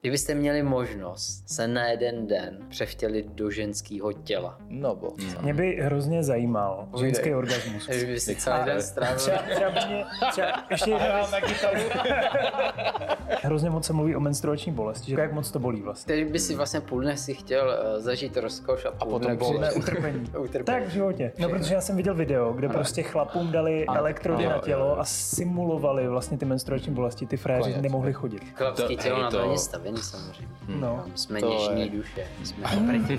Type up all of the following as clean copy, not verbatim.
Kdybyste měli možnost se na jeden den převtělit do ženského těla. No bo. Mě by hrozně zajímal ženský orgasmus. Takže by si celý den strávil. Třeba ještě hrál na kytaru. Hrozně moc se mluví o menstruační bolesti, že jak moc to bolí vlastně. Takže by si vlastně půl dne si chtěl zažít rozkoš a půl dne bolest. Utrpení. Tak v životě. No, protože já jsem viděl video, kde prostě chlapům dali elektrody na tělo a simulovali vlastně ty menstruační bolesti, ty frajeři nemohli chodit. Chlapský tělo na to není stavěný samozřejmě. No. Jsme něžní duše, jsme dobrý.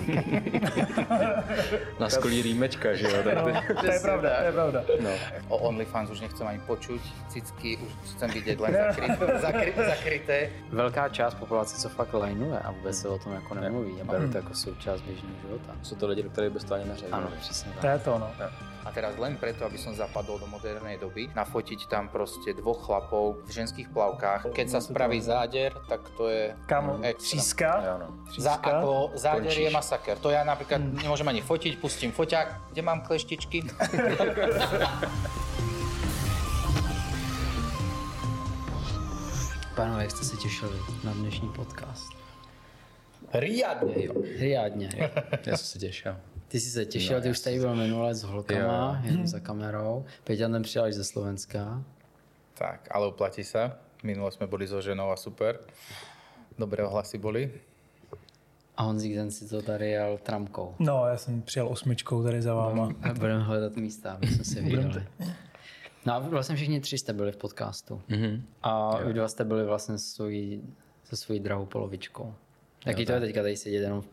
Na skolí rýmečka, že jo? To je pravda. No. O OnlyFans už nechcem ani počuť, cicky už chcem vidět len zakryté. Velká část populace, co fakt lajnuje a vůbec se o tom jako nemluví a beru to jako součást běžného života. Jsou to lidi, kteří bez toho ani neřekli. Ano, přesně tak. To je to, no. A teraz len preto, aby som zapadol do modernej doby, nafotiť tam proste dvoch chlapov v ženských plavkách. Keď sa spraví záder, tak to je Kámo, extra. tříska. Ako záder Končíš. je masaker. To ja napríklad nemôžem ani fotiť, pustím foťák, kde mám kleštičky. Pánové, jak jste se těšili na dnešní podcast? Riadne. Riadně. Já jsem se těšil. Ty jsi se těšil, ty už tady byl minule s holkama, jenom za kamerou. Peťa ten přijel až ze Slovenska. Tak, ale oplatí sa. Minule sme boli so ženou a super. Dobré ohlasy boli. A Honzík ten si to tady jel tramkou. No, já jsem přijel 8 tady za váma. A budeme hledat místa, aby jsme se viděli. No a vlastně všichni tři jste byli v podcastu. A vy dva jste byli vlastně se svojí drahou polovičkou. Taky to je teďka tady sedět jenom v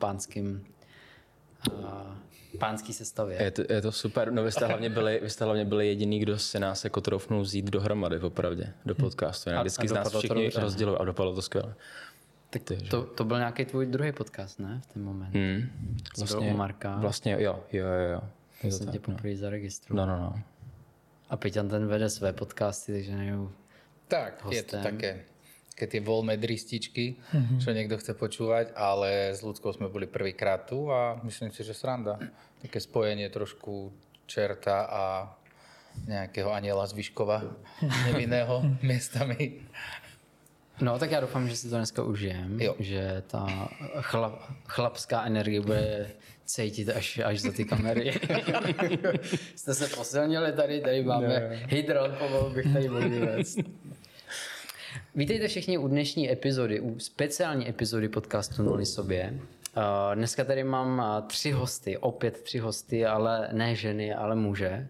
pánský sestavě. Je to super. No vy jste hlavně byli jediný, kdo se nás jako troufnul vzít dohromady, popravdě, do podcastu. Vždycky z nás všichni rozdělují a dopadlo to skvěle. Tak to byl nějaký tvůj druhý podcast, ne? V ten moment. Vlastně, byl u Marka. Vlastně jo. Já jsem tě poprvé zaregistroval. No. A Peťan ten vede své podcasty, takže nejdu Tak, hostem. je to také tie voľné drističky, čo niekto chce počúvať, ale s ľudskou sme boli prvýkrát tu a myslím si, že sranda. Také spojenie trošku čerta a nejakého aniela z Vyškova nevinného miestami. No tak já doufám, že si to dneska užijem, že ta chlapská energie bude cítit až za ty kamery. Jste se posilnili tady máme hydron, pomalu bych tady mohl vyvést. Vítejte všichni u dnešní epizody, u speciální epizody podcastu Nuli sobě. Dneska tady mám opět tři hosty, ale ne ženy, ale muže.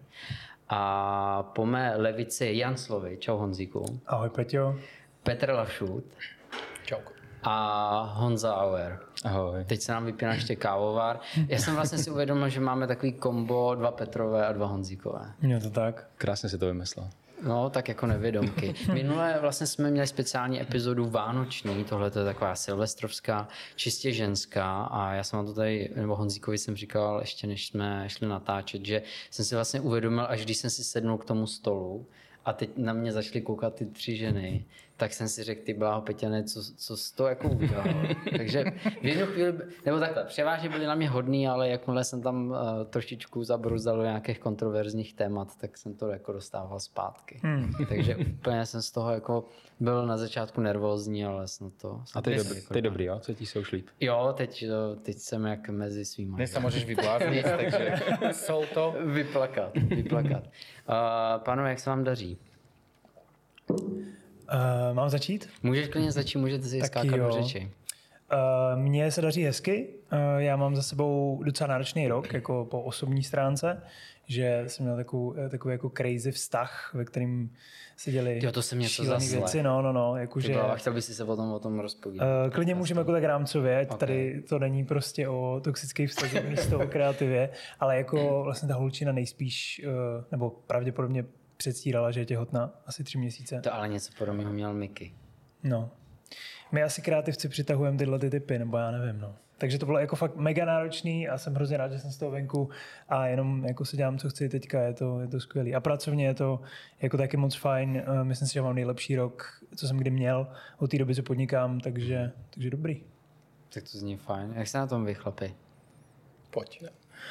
A po mé levici je Jan Slovy, čau Honzíku. Ahoj Peťo. Petr Lašut. Čauko. A Honza Auer. Ahoj. Teď se nám vypíná ještě kávovar. Já jsem vlastně si uvědomil, že máme takový kombo 2 Petrové a 2 Honzíkové. Je to tak. Krásně si to vymyslel. No, tak jako nevědomky. Minule vlastně jsme měli speciální epizodu vánoční, tohle to je taková silvestrovská, čistě ženská a já jsem vám to tady, nebo Honzíkovi jsem říkal, ještě než jsme šli natáčet, že jsem si vlastně uvědomil, až když jsem si sednul k tomu stolu a teď na mě začaly koukat ty 3 ženy, tak jsem si řekl, ty bláho Peťane, co jsi to jako udělal. Takže v jednu chvíli, nebo takhle, převážně byli na mě hodný, ale jakmile jsem tam trošičku zabruzdal do nějakých kontroverzních témat, tak jsem to jako dostával zpátky. Takže úplně jsem z toho jako byl na začátku nervózní, ale jsem to... A ty dobrý, jo? Cítíš se už líp? Jo, teď jsem jak mezi svýma. Dnes sa môžeš vyblázniť, takže sol to. Vyplakat. Pánové, jak se vám daří? Mám začít? Můžeš klidně začít, můžete si skákat do řeči. Mně se daří hezky. Já mám za sebou docela náročný rok, jako po osobní stránce, že jsem měl takový jako crazy vztah, ve kterým se děli šílený věci. No, jakože... Chtěl bys si se o tom rozpovídat. Klidně můžeme jako tak rámcově, tady to není prostě o toxických vztazích místo o kreativě, ale jako vlastně ta holčina nejspíš, nebo pravděpodobně předstírala, že je těhotná asi 3 měsíce. To ale něco podobného měl Miky. No. My asi kreativci přitahujeme tyhle ty typy, nebo já nevím, no. Takže to bylo jako fakt mega náročný a jsem hrozně rád, že jsem z toho venku a jenom jako si dělám, co chci teďka, je to skvělý. A pracovně je to jako taky moc fajn, myslím si, že mám nejlepší rok, co jsem kdy měl, od té doby, co podnikám, takže dobrý. Tak to zní fajn. Jak se na tom vy, chlapi? Poď.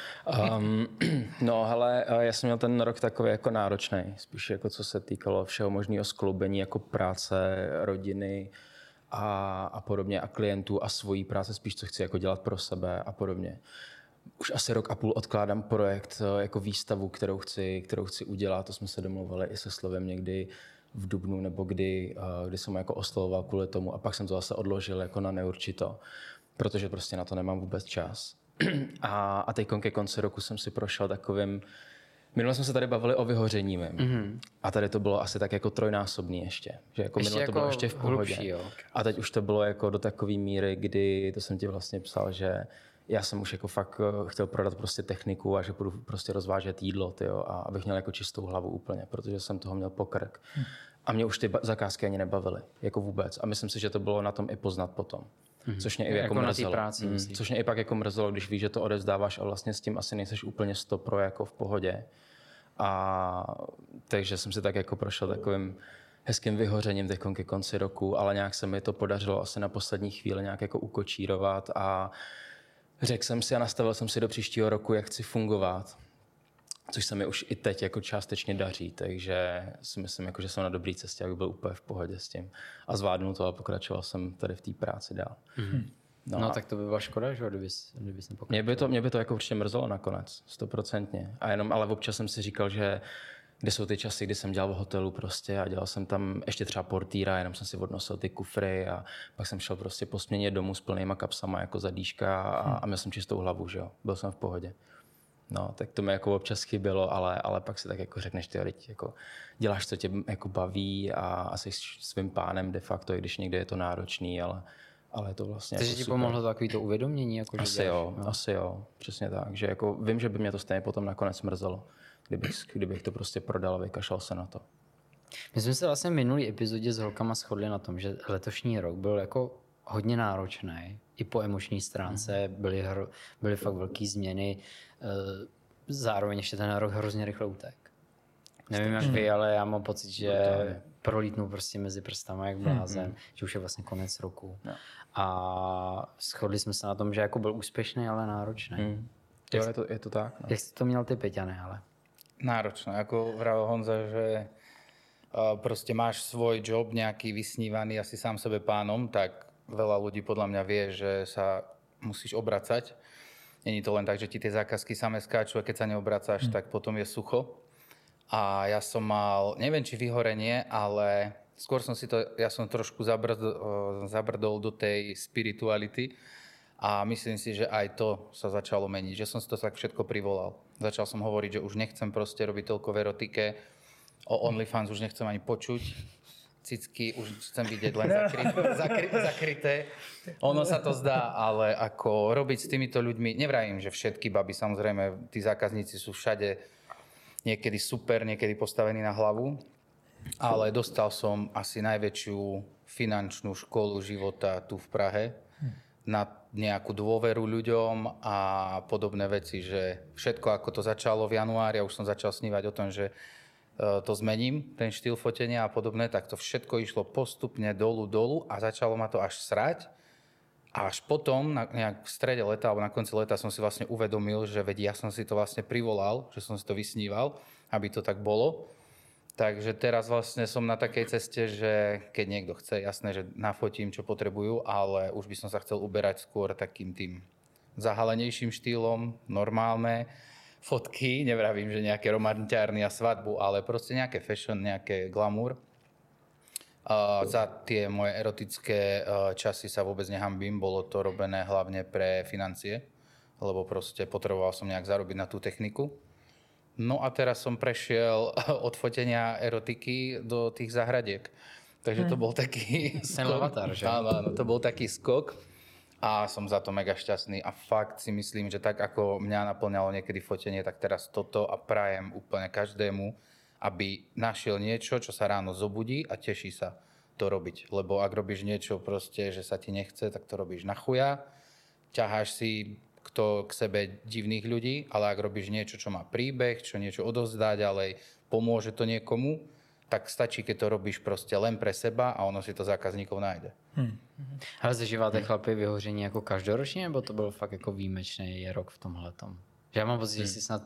No hele, já jsem měl ten rok takový jako náročný, spíš jako co se týkalo všeho možného skloubení jako práce, rodiny a podobně a klientů a svojí práce spíš, co chci jako dělat pro sebe a podobně. Už asi 1.5 roku odkládám projekt jako výstavu, kterou chci udělat. To jsme se domluvili i se Slovem někdy v dubnu, nebo kdy jsem jako oslovoval kvůli tomu a pak jsem to zase odložil jako na neurčito, protože prostě na to nemám vůbec čas. A teď ke konci roku jsem si prošel takovým. Minule jsme se tady bavili o vyhoření a tady to bylo asi tak jako trojnásobný ještě. Že jako minule to bylo ještě v pohodě. Hlubší, a teď už to bylo jako do takové míry, kdy to jsem ti vlastně psal, že já jsem už jako fakt chtěl prodat prostě techniku a že budu prostě rozvážet jídlo, tyjo, a abych měl jako čistou hlavu úplně, protože jsem toho měl pokrk. A mě už ty zakázky ani nebavily, jako vůbec. A myslím si, že to bylo na tom i poznat potom. Což mě i jako mrzelo. Což mě i pak jako mrzelo, když víš, že to odevzdáváš a vlastně s tím asi nejseš úplně 100% jako v pohodě. A takže jsem si tak jako prošel takovým hezkým vyhořením teď ke konci roku, ale nějak se mi to podařilo asi na poslední chvíli nějak jako ukočírovat a řekl jsem si a nastavil jsem si do příštího roku, jak chci fungovat, což se mi už i teď jako částečně daří, takže si myslím, jako, že jsem na dobré cestě, abych byl úplně v pohodě s tím. A zvládnu to a pokračoval jsem tady v té práci dál. No tak to by byla škoda, že kdybys nepokračoval. Mě by to jako určitě mrzelo nakonec, 100%. A jenom, ale občas jsem si říkal, že kde jsou ty časy, kdy jsem dělal v hotelu prostě a dělal jsem tam ještě třeba portýra, jenom jsem si odnosil ty kufry a pak jsem šel prostě po směně domů s plnýma kapsama jako zadíška a měl jsem čistou hlavu, že jo, byl jsem v pohodě. No, tak to mi jako občas chybělo, ale pak si tak jako řekneš, ty jako děláš, co tě jako baví a jsi svým pánem de facto, i když někdy je to náročný, ale je to vlastně Takže jako ti super. pomohlo takový to uvědomění? Jako, Asi jo, přesně tak. Že jako vím, že by mě to stejně potom nakonec mrzelo, kdybych to prostě prodal a vykašlal se na to. My jsme se vlastně v minulý epizodě s holkama shodli na tom, že letošní rok byl jako hodně náročný. I po emoční stránce byly fakt velké změny. Zároveň ještě ten rok hrozně rychle utek. Nevím jak vy, ale já mám pocit, že prolítnu prostě mezi prstama jak blázen, že už je vlastně konec roku. No. A shodli jsme se na tom, že jako byl úspěšný, ale náročný. Jo, je to tak. No. Jak jsi to měl ty, Peťane, ale? Náročné, ako vravel Honza, že proste máš svoj job nejaký vysnívaný asi sám sebe pánom, tak veľa ľudí podľa mňa vie, že sa musíš obracať. Není to len tak, že ti tie zákazky same skáču a keď sa neobracáš, tak potom je sucho. A ja som mal, neviem či vyhorenie, ale skôr som si to, ja som trošku zabrdol do tej spirituality a myslím si, že aj to sa začalo meniť, že som si to tak všetko privolal. Začal som hovoriť, že už nechcem proste robiť toľko v erotike, o OnlyFans už nechcem ani počuť, cicky už chcem vidieť len zakryté. Ono sa to zdá, ale ako robiť s týmito ľuďmi, nevrajím, že všetky baby, samozrejme, tí zákazníci sú všade niekedy super, niekedy postavení na hlavu, ale dostal som asi najväčšiu finančnú školu života tu v Prahe na nejakú dôveru ľuďom a podobné veci, že všetko ako to začalo v januári, ja už som začal snívať o tom, že to zmením, ten štýl fotenia a podobné, tak to všetko išlo postupne dolu a začalo ma to až srať. A až potom, nejak v strede leta alebo na konci leta som si vlastne uvedomil, že veď ja som si to vlastne privolal, že som si to vysníval, aby to tak bolo. Takže teraz vlastne som na takej ceste, že keď niekto chce, jasné, že nafotím, čo potrebujú, ale už by som sa chcel uberať skôr takým tým zahalenejším štýlom, normálne fotky, nevravím, že nejaké romantiárny a svadbu, ale proste nejaké fashion, nejaké glamour. Za tie moje erotické časy sa vôbec nehambím, bolo to robené hlavne pre financie, lebo proste potreboval som nejak zarobiť na tú techniku. No a teraz som prešiel od fotenia erotiky do tých zahradiek. Takže to bol taký skok. Áno, to bol taký skok a som za to mega šťastný a fakt si myslím, že tak ako mňa naplňalo niekedy fotenie, tak teraz toto a prajem úplne každému, aby našiel niečo, čo sa ráno zobudí a teší sa to robiť. Lebo ak robíš niečo proste, že sa ti nechce, tak to robíš na chuja, ťaháš si k sebe divných ľudí, ale ak robíš niečo, čo má príbeh, čo niečo odovzdá ďalej, pomôže to niekomu, tak stačí, keď to robíš proste len pre seba a ono si to zákazníkov nájde. Ale zažíváte chlapi vyhoření jako každoročně, nebo to byl fakt jako výjimečný rok v tomhletom? Že já mám pocit, že si snad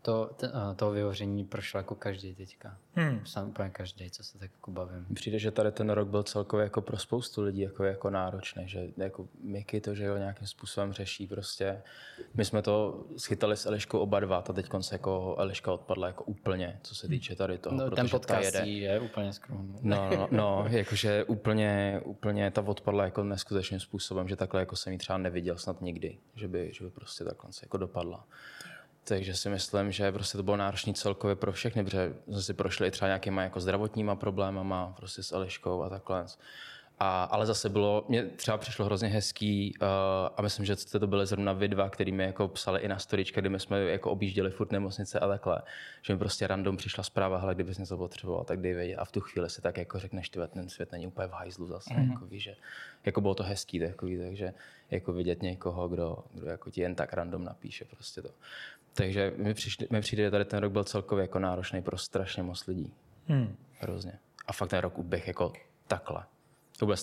toho vyhoření prošlo jako každý teďka. Sám úplně každý, co se tak jako bavím. Přijde, že tady ten rok byl celkově jako pro spoustu lidí jako náročný, že jako Miky to, že ho nějakým způsobem řeší prostě. My jsme to schytali s Eliškou oba dva, ta teď konce jako Eliška odpadla jako úplně, co se týče tady toho. No, ten podcast je úplně skromný. No, jakože úplně ta odpadla jako neskutečným způsobem, že takhle jako jsem ji třeba neviděl snad nikdy, že by prostě takhle jako dopadla. Takže si myslím, že prostě to bylo náročné celkově pro všechny, protože jsme si prošli třeba nějakýma jako zdravotníma problémama prostě s Eliškou a takhle. Ale zase mně třeba přišlo hrozně hezký a myslím, že jste to byli zrovna vy dva, který mi jako psali i na storička, kdy my jsme jako objížděli furt nemocnice a takhle, že mi prostě random přišla zpráva, hele, kdybys něco potřeboval, tak dej vědět. A v tu chvíli si tak jako řekneš, ty ten svět není úplně v hajzlu zase, jako víš, že jako bylo to hezký takový, takže jako vidět někoho, kdo jako ti jen tak random napíše prostě to. Takže mi přijde, že tady ten rok byl celkově jako náročný pro strašně moc lidí. Hrozně. A fakt ten rok uběh jako takhle. Vůbec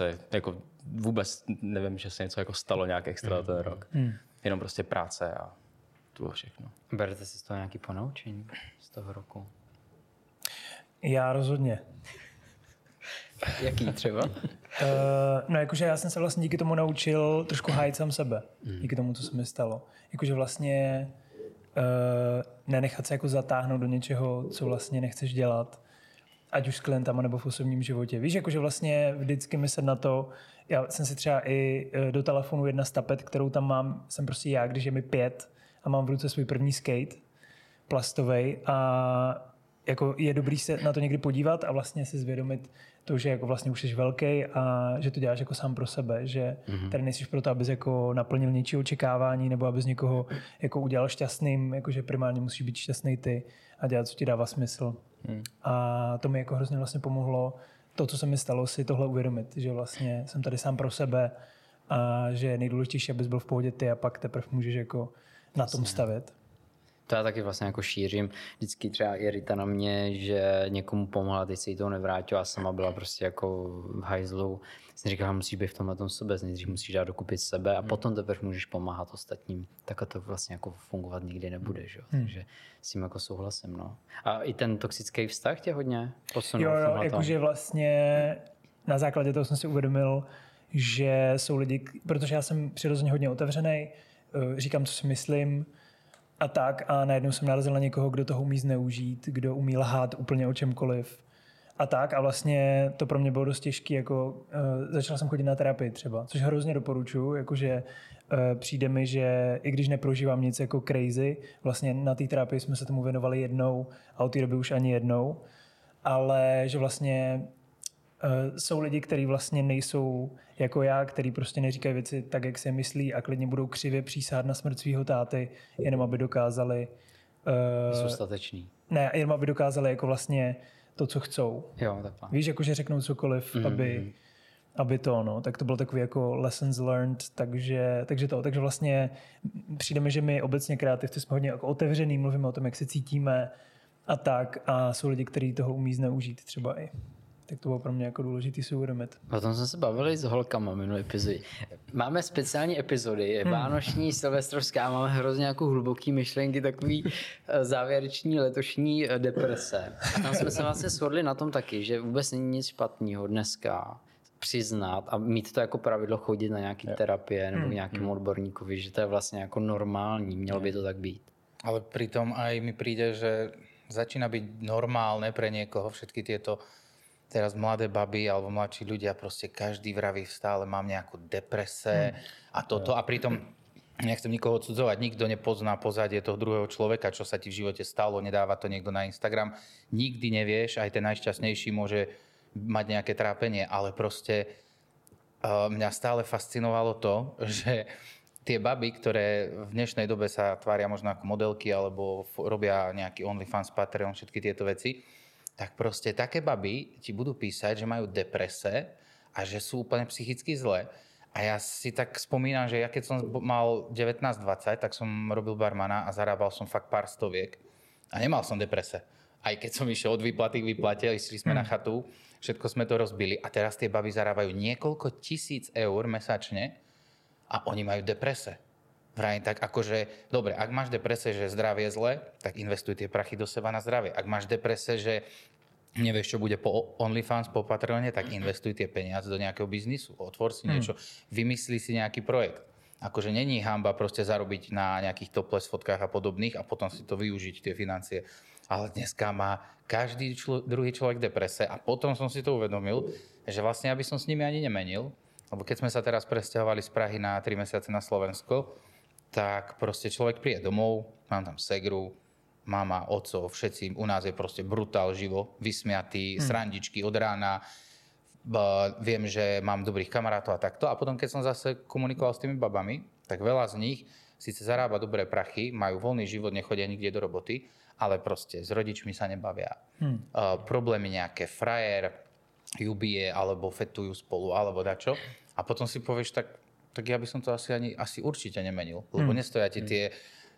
nevím, že se něco jako stalo nějak extra ten rok. Jenom prostě práce a to všechno. Berete si z toho nějaké ponaučení z toho roku? Já rozhodně. Jaký třeba? No jakože já jsem se vlastně díky tomu naučil trošku hájit sám sebe. Díky tomu, co se mi stalo. Jakože vlastně nenechat se jako zatáhnout do něčeho, co vlastně nechceš dělat. Ať už s klientama nebo v osobním životě. Víš, jakože vlastně vždycky myslet na to, já jsem si třeba i do telefonu jedna z tapet, kterou tam mám, jsem prostě já, když je mi 5 a mám v ruce svůj první skate, plastovej a jako je dobrý se na to někdy podívat a vlastně si zvědomit to, že jako vlastně už jsi velký a že to děláš jako sám pro sebe, že tady nejsi proto, abys jako naplnil něčí očekávání nebo abys někoho jako udělal šťastným, jakože primárně musíš být šťastný ty a dělat, co ti dává smysl. A to mi jako hrozně vlastně pomohlo to, co se mi stalo, si tohle uvědomit, že vlastně jsem tady sám pro sebe a že je nejdůležitější, abys byl v pohodě ty a pak teprve můžeš jako na tom stavět. To já taky vlastně jako šířím. Vždycky třeba je Rita na mě, že někomu pomohla, teď se jí to nevrátila a sama byla prostě jako v hajzlu. Jsem říkal, musíš být v tomhle tom sobě, nejdřív musíš dát dokupit sebe a potom teprve můžeš pomáhat ostatním. Takhle to vlastně jako fungovat nikdy nebude, že? Takže s tím jako souhlasím. No. A i ten toxický vztah tě hodně posunul. Jo, jakože vlastně na základě toho jsem si uvědomil, že jsou lidi, protože já jsem přirozeně hodně otevřený, říkám, co si myslím, a tak a najednou jsem narazil na někoho, kdo toho umí zneužít, kdo umí lhát úplně o čemkoliv a tak a vlastně to pro mě bylo dost těžké, jako začal jsem chodit na terapii třeba, což hrozně doporučuji, jakože přijde mi, že i když neprožívám nic jako crazy, vlastně na té terapii jsme se tomu věnovali jednou a od té doby už ani jednou, ale že vlastně jsou lidi, kteří vlastně nejsou jako já, kteří prostě neříkají věci tak, jak se myslí a klidně budou křivě přísahat na smrt svého táty, jenom aby dokázali... Jsou stateční. Ne, jenom aby dokázali jako vlastně to, co chcou. Jo, takhle. Víš, jakože řeknou cokoliv, aby to, no. Tak to bylo takový jako lessons learned, takže vlastně přijde mi, že my obecně kreativci jsme hodně jako otevřený, mluvíme o tom, jak se cítíme a tak a jsou lidi, kteří toho umí zneužít třeba i. Tak to bylo pro mě jako důležitý si uvědomit. O tom jsme se bavili s holkama minulý epizody. Máme speciální epizody, je vánoční, silvestrovská, máme hrozně jako hluboký myšlenky, takový závěreční letošní deprese. A tam jsme se vlastně shodli na tom taky, že vůbec není nic špatného dneska přiznat a mít to jako pravidlo chodit na nějaký terapie nebo nějakému odborníkovi, že to je vlastně jako normální, mělo by to tak být. Ale pritom aj mi príde, že začína byť normálne pre niekoho všetky tieto teraz mladé baby alebo mladší ľudia, proste každý vraví stále mám nejakú deprese a toto. A pritom nechcem nikoho odsudzovať, nikto nepozná pozadie toho druhého človeka, čo sa ti v živote stalo, nedáva to niekto na Instagram. Nikdy nevieš, aj ten najšťastnejší môže mať nejaké trápenie, ale proste mňa stále fascinovalo to, že tie baby, ktoré v dnešnej dobe sa tvária možno ako modelky alebo robia nejaký OnlyFans, Patreon, všetky tieto veci, tak proste také baby ti budú písať, že majú deprese a že sú úplne psychicky zlé. A ja si tak spomínam, že ja keď som mal 19-20, tak som robil barmana a zarábal som fakt pár stoviek. A nemal som deprese. Aj keď som išiel od výplaty k výplate, išli sme na chatu, všetko sme to rozbili a teraz tie baby zarábajú niekoľko tisíc eur mesačne a oni majú deprese. Vrajím tak akože, dobre, ak máš deprese, že zdravie je zle, tak investuj tie prachy do seba na zdravie. Ak máš deprese, že nevieš, čo bude po OnlyFans, po Patreone, tak investuj tie peniaze do nejakého biznisu. Otvor si niečo, vymyslí si nejaký projekt. Akože není hanba proste zarobiť na nejakých topless fotkách a podobných a potom si to využiť, tie financie. Ale dneska má každý druhý človek deprese a potom som si to uvedomil, že vlastne aby som s nimi ani nemenil, lebo keď sme sa teraz presťahovali z Prahy na 3 mesiace na Slovensko, tak proste človek príde domov, mám tam segru, mama, oco, všetci, u nás je proste brutál živo, vysmiatý, srandičky od rána, viem, že mám dobrých kamarátov a takto. A potom, keď som zase komunikoval s tými babami, tak veľa z nich síce zarába dobré prachy, majú voľný život, nechodia nikde do roboty, ale proste s rodičmi sa nebavia. Problémy nejaké, frajer ju bije, alebo fetujú spolu, alebo dačo. A potom si povieš, tak ja by som to asi určite nemenil. Lebo nestoja ti tie,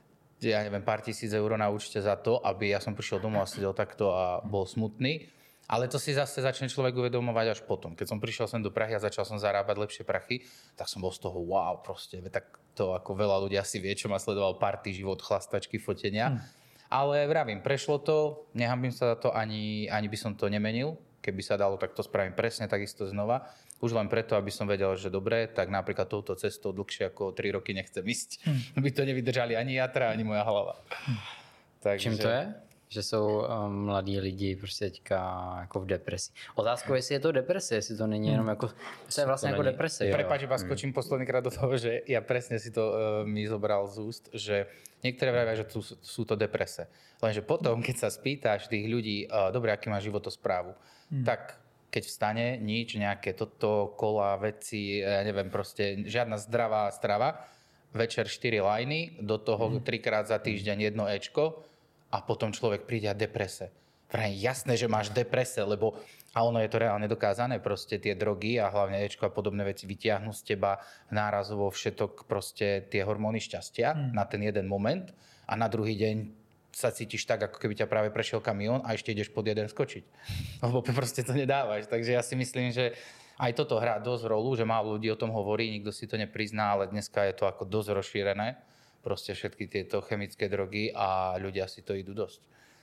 ja neviem, pár tisíc eur na účte za to, aby ja som prišiel domov a sedel takto a bol smutný. Ale to si zase začne človek uvedomovať až potom. Keď som prišiel sem do Prahy a začal som zarábať lepšie prachy, tak som bol z toho wow, proste. Tak to ako veľa ľudí asi vie, čo ma sledoval party, život, chlastačky, fotenia. Ale vravím, prešlo to, nehambím sa za to, ani by som to nemenil. Keby sa dalo, tak to spravím presne takisto znova. Už len preto, aby som vedel, že dobre, tak napríklad touto cestou dlhšie ako 3 roky nechcem ísť. By to nevydržali ani jatra, ani moja hlava. Takže... Čím to je? Že jsou mladí lidi prostě teďka jako v depresi. Otázkou, jestli je to deprese, jestli to není jenom jako, to je vlastně jako deprese. Prepáč, iba skočím poslednýkrát do toho, že ja presne si to mi zobral z úst, že niektoré vravia, že sú to deprese. Lenže potom, keď sa spýtaš tých ľudí, dobre, aký má životosprávu, tak keď vstane, nič, nejaké toto, kola, veci, ja neviem, proste žiadna zdravá strava, večer 4 lajny, do toho 3-krát za týždeň jedno Ečko a potom človek príde a deprese. Vraj jasné, že máš deprese, lebo a ono je to reálne dokázané, proste tie drogy a hlavne Ečko a podobné veci vytiahnu z teba nárazovo všetok proste tie hormóny šťastia na ten jeden moment a na druhý deň sa cítiš tak, ako keby ťa práve prešiel kamión a ešte ideš pod jeden skočiť. Lebo proste to nedávaš. Takže ja si myslím, že aj toto hrá dosť rolu, že málo ľudí o tom hovorí, nikto si to neprizná, ale dneska je to ako dosť rozšírené. Proste všetky tieto chemické drogy a ľudia si to idú dosť.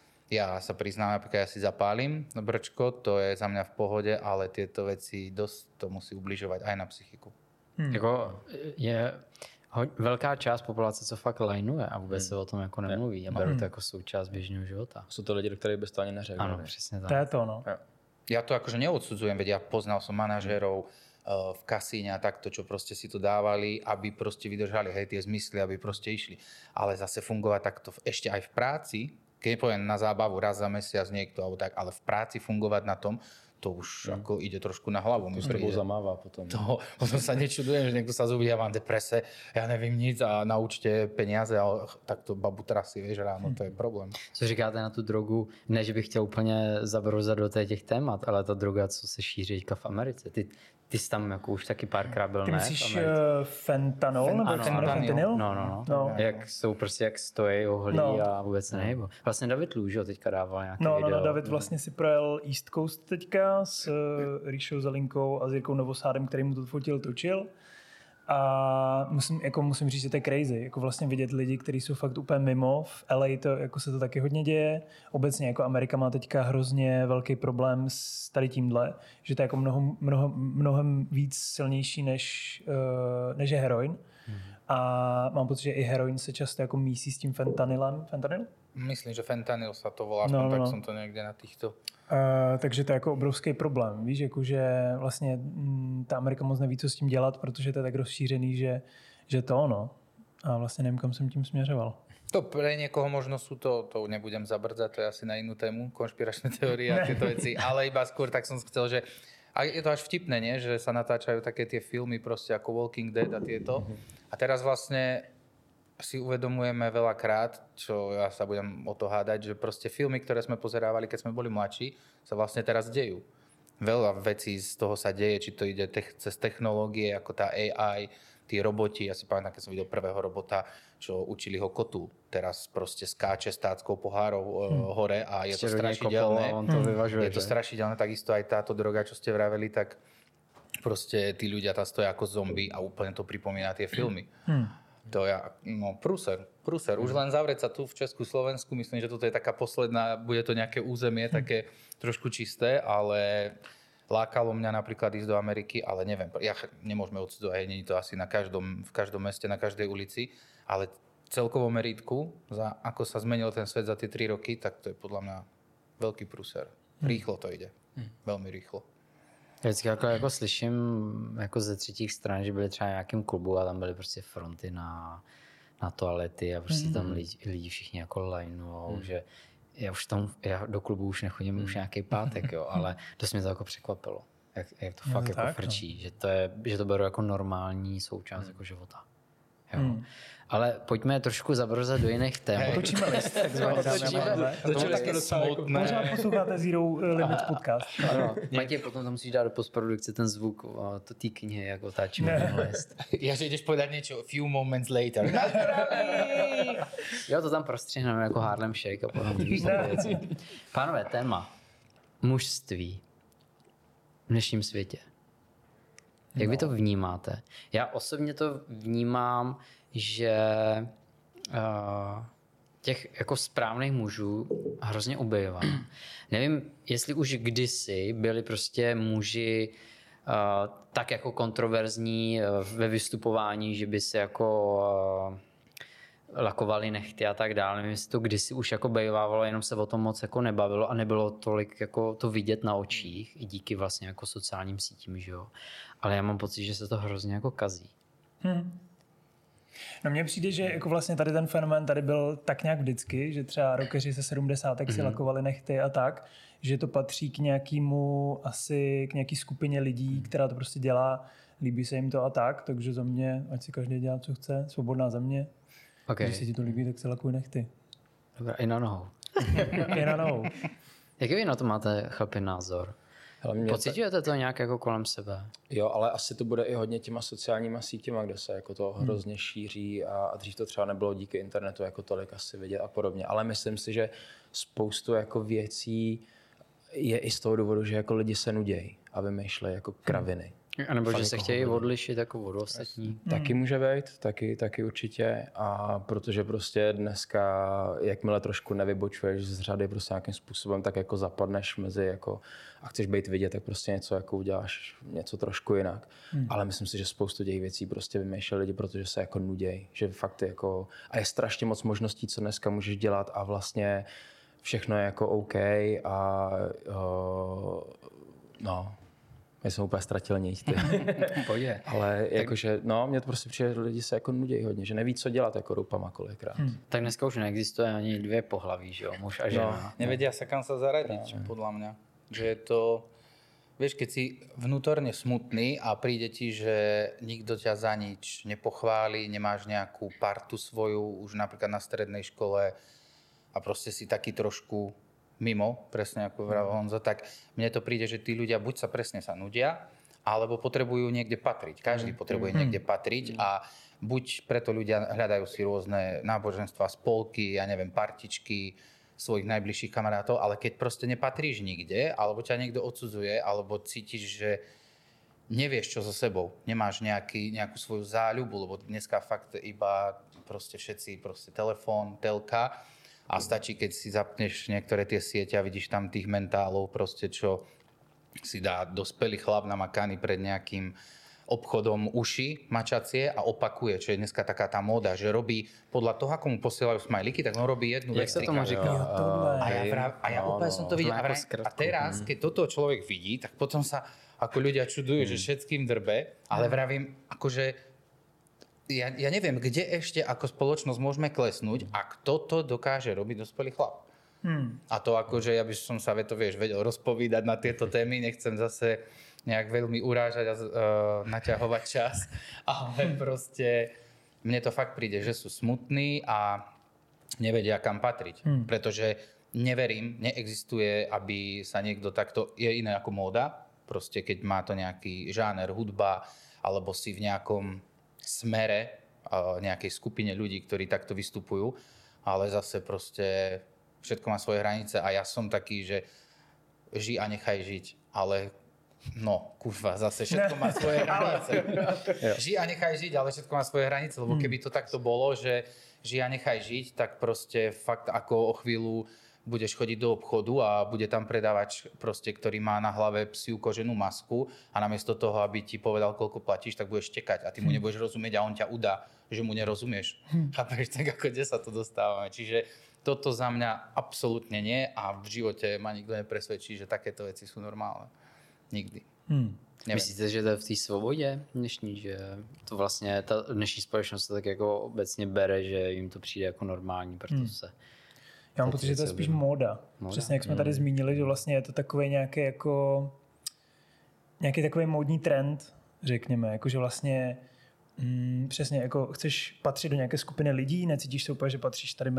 Ja sa priznám, napríklad ja si zapálim brčko, to je za mňa v pohode, ale tieto veci dosť to musí ubližovať aj na psychiku. Jako je velká část populace, co fakt lajnuje a vůbec se o tom jako nemluví a berou to jako součást běžného života. Jsou to lidi, do kterých bys to ani neřekl. Ano, přesně tak. To je to, no. Ja to akože neodsudzujem, veď ja poznal som manažérov v kasíne a takto, čo proste si to dávali, aby proste vydržali, hej, tie zmysly, aby proste išli. Ale zase fungovať takto ešte aj v práci, keď nepoviem na zábavu raz za mesiac niekto, alebo tak, ale v práci fungovať na tom, to už ako ide trošku na hlavu. To s tebou zamává potom. Potom sa nečudujem, že niekto sa zobudí, ja mám deprese, ja nevím nic a na účte peniaze, ale takto babu trasy, vieš, ráno, to je problém. Co říkáte na tu drogu? Ne, že bych chtěl úplně zabrouzat do těch témat, ale ta droga, co se šíří teďka v Americe. Ty jsi tam jako už taky párkrát byl, Ty ne? myslíš fentanyl? Nebo fentanyl? No. Jak jsou prostě, jak stojí, oholí a vůbec se nehybou. Vlastně David Lů, že teďka dával nějaký video. No, David vlastně si projel East Coast teďka s Ríšou Zelinkou a s Jirkou Novosádem, který mu to točil. A musím říct, že to je crazy. Jako vlastně vidět lidi, kteří jsou fakt úplně mimo. V LA jako se to taky hodně děje. Obecně jako Amerika má teďka hrozně velký problém s tady tímhle, že to je jako mnohem víc silnější než je heroin. A mám pocit, že i heroin se často jako mísí s tím fentanylem. Fentanyl? Myslím, že fentanyl sa to volá, tak som to niekde na týchto... Takže to je jako obrovský problém. Víš, jako, že vlastně ta Amerika moc neví, co s tím dělat, protože to je tak rozšířený, že to ono. A vlastně nevím, kam jsem tím směřoval. To pre niekoho možno sú to nebudem zabrdzať, to je asi na inú tému, konšpiračné teórie a tieto veci, ale iba skôr tak som chcel, že a je to až vtipné, nie? Že sa natáčajú také tie filmy proste ako Walking Dead a tieto. A teraz vlastne si uvedomujeme veľakrát, čo ja sa budem o to hádať, že proste filmy, ktoré sme pozerávali, keď sme boli mladší, sa vlastne teraz dejú. Veľa vecí z toho sa deje, či to ide cez technológie, ako tá AI, tí roboti. Ja si pamätám, keď som videl prvého robota, čo učili ho kotu. Teraz proste skáče s táckou pohárov hore a je to strašidelné. Je to strašidelné, takisto aj táto droga, čo ste vraveli, tak proste tí ľudia tam stoja ako zombie a úplne to pripomína tie filmy. To ja, no prúser. Už len zavrieť sa tu v Česku, Slovensku, myslím, že toto je taká posledná, bude to nejaké územie, také trošku čisté, ale lákalo mňa napríklad ísť do Ameriky, ale neviem, nemôžeme odsudzovať, nie je to asi v každom meste, na každej ulici, ale celkovo meritku, ako sa zmenil ten svet za tie 3 roky, tak to je podľa mňa veľký prúser. Rýchlo to ide. Veľmi rýchlo. Vždycky jako slyším jako ze třetích stran, že byli třeba v nějakém klubu a tam byly prostě fronty na toalety a prostě tam lidi všichni jako lajnujou, že já do klubu už nechodím už nějaký pátek, jo, ale dost mě to jako překvapilo, jak to fakt jako frčí, že to beru jako normální součást jako života. Jo. Ale pojďme trošku zabrzat do jiných témat. Otočíme list, takzvaně. Možná posloucháte Zero Limit podcast. Ano, Matěj, potom tam musíš dát do postprodukce ten zvuk to té knihy, jak otáčíme ten list. Ja, že ideš povedať niečo a few moments later. Jo, to tam prostřihneme jako Harlem Shake a potom věci. Pánové, téma mužství v dnešním světě. Jak vy to vnímáte? Já osobně to vnímám, že těch jako správných mužů hrozně ubývá. Nevím, jestli už kdysi byli prostě muži tak jako kontroverzní ve vystupování, že by se jako lakovali nechty a tak dále. Nevím, jestli to kdysi už jako bejvávalo, jenom se o tom moc jako nebavilo a nebylo tolik jako to vidět na očích, i díky vlastně jako sociálním sítím, že jo. Ale já mám pocit, že se to hrozně jako kazí. No mně přijde, že jako vlastně tady ten fenomén tady byl tak nějak vždycky, že třeba rockeři se 70. si lakovali nechty a tak, že to patří k k nějaký skupině lidí, která to prostě dělá, líbí se jim to a tak, takže za mě, ať si každý dělá, co chce, svobodná země. Okay. Když se ti to líbí, tak se lakuj nechty. Dobrá, i na nohou. I na nohou. Jaký vy na to máte, chlapi, názor? Pociťujete to nějak jako kolem sebe? Jo, ale asi to bude i hodně těma sociálníma sítěma, kde se jako to hrozně šíří a dřív to třeba nebylo díky internetu jako tolik asi vidět a podobně. Ale myslím si, že spoustu jako věcí je i z toho důvodu, že jako lidi se nudějí a vymýšlejí jako kraviny. A nebo že se chtějí odlišit jako od ostatní. Taky může být, taky určitě. A protože prostě dneska, jakmile trošku nevybočuješ z řady prostě nějakým způsobem, tak jako zapadneš mezi jako a chceš být vidět, tak prostě něco jako uděláš něco trošku jinak. Ale myslím si, že spoustu těch věcí prostě vymýšleli lidi, protože se jako nudějí, že fakt jako a je strašně moc možností, co dneska můžeš dělat a vlastně všechno je jako OK a no. Já jsem úplně ztratil niť, ty. Pojde. Ale jakože, no, mě to prostě přijde, že lidi se jako nudějí hodně, že neví, co dělat jako rupama kolikrát. Tak dneska už neexistuje ani 2 pohlaví, že jo, muž a žena. No, nevedia sa kam sa zaradiť, podľa mňa. Že je to, vieš, keď si vnútorne smutný a príde ti, že nikto ťa za nič nepochváli, nemáš nejakú partu svoju, už napríklad na strednej škole a proste si taký trošku mimo, presne ako vravel Honza, tak mne to príde, že tí ľudia buď sa nudia, alebo potrebujú niekde patriť. Každý potrebuje niekde patriť a buď preto ľudia hľadajú si rôzne náboženstva, spolky, ja neviem, partičky svojich najbližších kamarátov, ale keď proste nepatríš nikde, alebo ťa niekto odsudzuje, alebo cítiš, že nevieš čo so sebou, nemáš nejakú svoju záľubu, lebo dneska fakt iba proste všetci, telefón, telka, a stačí, keď si zapneš niektoré tie siete a vidíš tam tých mentálov, proste čo si dá dospelý chlap namakaný pred nejakým obchodom uši mačacie a opakuje, čo je dneska taká tá móda, že robí podľa toho, ako mu posielajú smajliky, tak on robí jednu vec. Jak sa tomu říká? A ja úplne som to videl. A teraz, keď toto človek vidí, tak potom sa ako ľudia čudujú, že všetkým drbe, ale vravím, akože ja neviem, kde ešte ako spoločnosť môžeme klesnúť, ak toto dokáže robiť dospelý chlap. A to akože ja by som sa vedel rozpovídať na tieto témy, nechcem zase nejak veľmi urážať a naťahovať čas, ale proste mne to fakt príde, že sú smutní a nevedia kam patriť. Pretože neverím, neexistuje, aby sa niekto takto, je iné ako móda, proste keď má to nejaký žáner, hudba, alebo si v nejakom smere nejakej skupine ľudí, ktorí takto vystupujú, ale zase proste všetko má svoje hranice a ja som taký, že žij a nechaj žiť, ale No, kurva, zase všetko má svoje hranice. Žij a nechaj žiť, ale všetko má svoje hranice, lebo keby to takto bolo, že žij a nechaj žiť, tak proste fakt ako o chvíľu budeš chodiť do obchodu a bude tam predávač proste, ktorý má na hlave psiu koženú masku a namiesto toho, aby ti povedal, koľko platíš, tak budeš tekať a ty mu nebudeš rozumieť a on ťa udá, že mu nerozumieš. Chápeš, tak ako kde sa to dostávame. Čiže toto za mňa absolútne nie a v živote ma nikto nepresvedčí, že takéto veci sú normálne. Nikdy. Myslíte, že to je v té svobodě dnešní, že to vlastně ta dnešní společnost to tak jako obecně bere, že jim to přijde jako normální, protože se... Já mám pocit, že to je spíš móda. Přesně jak jsme tady zmínili, že vlastně je to takový nějaký takový módní trend, řekněme, jakože vlastně přesně jako chceš patřit do nějaké skupiny lidí, necítíš se úplně, že patříš tady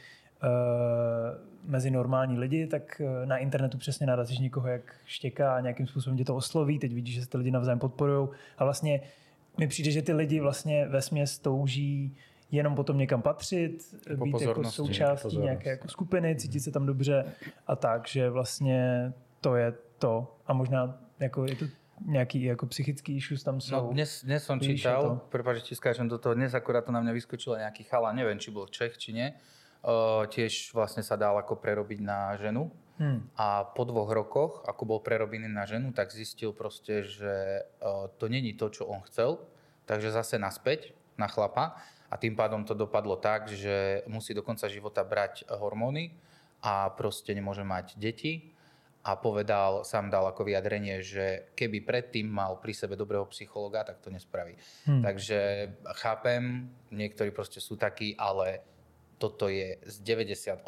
mezi normální lidi, tak na internetu přesně narazíš někoho, jak štěká, nějakým způsobem tě to osloví, teď vidíš, že se ty lidi navzájem podporujou a vlastně mi přijde, že ty lidi vlastně vesměs touží jenom potom někam patřit, být jako součástí nějaké jako skupiny, cítit se tam dobře a tak, že vlastně to je to a možná jako je to nejaký jako psychický issues tam sú. No dnes som čítal, prepáč, že ti skáčem do toho, dnes akurát to na mňa vyskočilo nejaký chala, neviem, či bol Čech, či nie, tiež vlastne sa dal ako prerobiť na ženu a po 2 rokoch, ako bol prerobený na ženu, tak zistil proste, že to není to, čo on chcel, takže zase naspäť na chlapa a tým pádom to dopadlo tak, že musí do konca života brať hormóny a proste nemôže mať deti. A povedal, sám dal ako vyjadrenie, že keby predtým mal pri sebe dobrého psychologa, tak to nespraví. Takže chápem, niektorí proste sú takí, ale toto je z 98%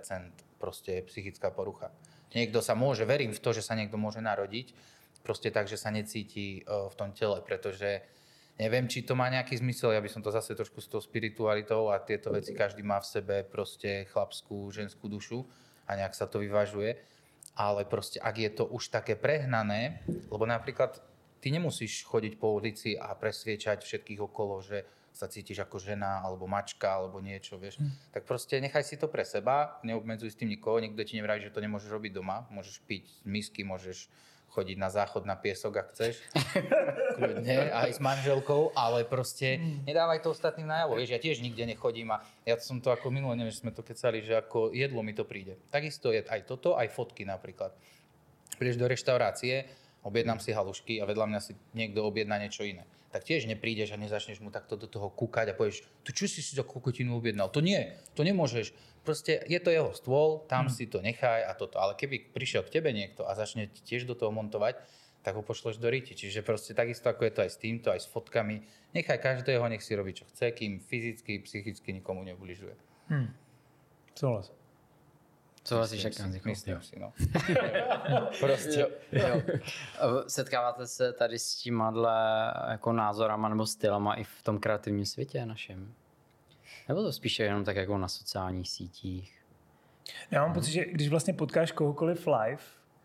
proste psychická porucha. Niekto sa môže, verím v to, že sa niekto môže narodiť, proste tak, že sa necíti v tom tele, pretože neviem, či to má nejaký zmysel, ja by som to zase trošku s tou spiritualitou a tieto veci každý má v sebe proste chlapskú, ženskú dušu a nejak sa to vyvažuje. Ale proste, ak je to už také prehnané, lebo napríklad ty nemusíš chodiť po ulici a presviečať všetkých okolo, že sa cítiš ako žena, alebo mačka, alebo niečo, vieš. Tak proste nechaj si to pre seba, neobmedzuj s tým nikoho, nikto ti nevraví, že to nemôžeš robiť doma, môžeš piť z misky, môžeš chodiť na záchod na piesok, ak chceš, kľudne, aj s manželkou, ale proste nedávaj to ostatným najavo, vieš, ja tiež nikde nechodím a ja som to ako minule, neviem, že sme to kecali, že ako jedlo mi to príde. Takisto je aj toto, aj fotky napríklad. Prídeš do reštaurácie, objednám si halušky a vedľa mňa si niekto objedná niečo iné. Tak tiež neprídeš a nezačneš mu takto do toho kúkať a povieš, tu čo si za kokotinu objednal? To nie, to nemôžeš. Proste je to jeho stôl, tam si to nechaj a toto. Ale keby prišiel k tebe niekto a začne tiež do toho montovať, tak ho pošleš do riti. Čiže proste takisto ako je to aj s týmto, aj s fotkami. Nechaj každého, nech si robí čo chce, kým fyzicky, psychicky nikomu neubližuje. Souhlas. Souhlasíš, jak Hanziko? Myslím si, no. Prostě. Jo. Setkáváte se tady s tímhle jako názorama nebo stylama i v tom kreativním světě našem? Nebo to spíše jenom tak jako na sociálních sítích? Já mám pocit, že když vlastně potkáš kohokoliv live,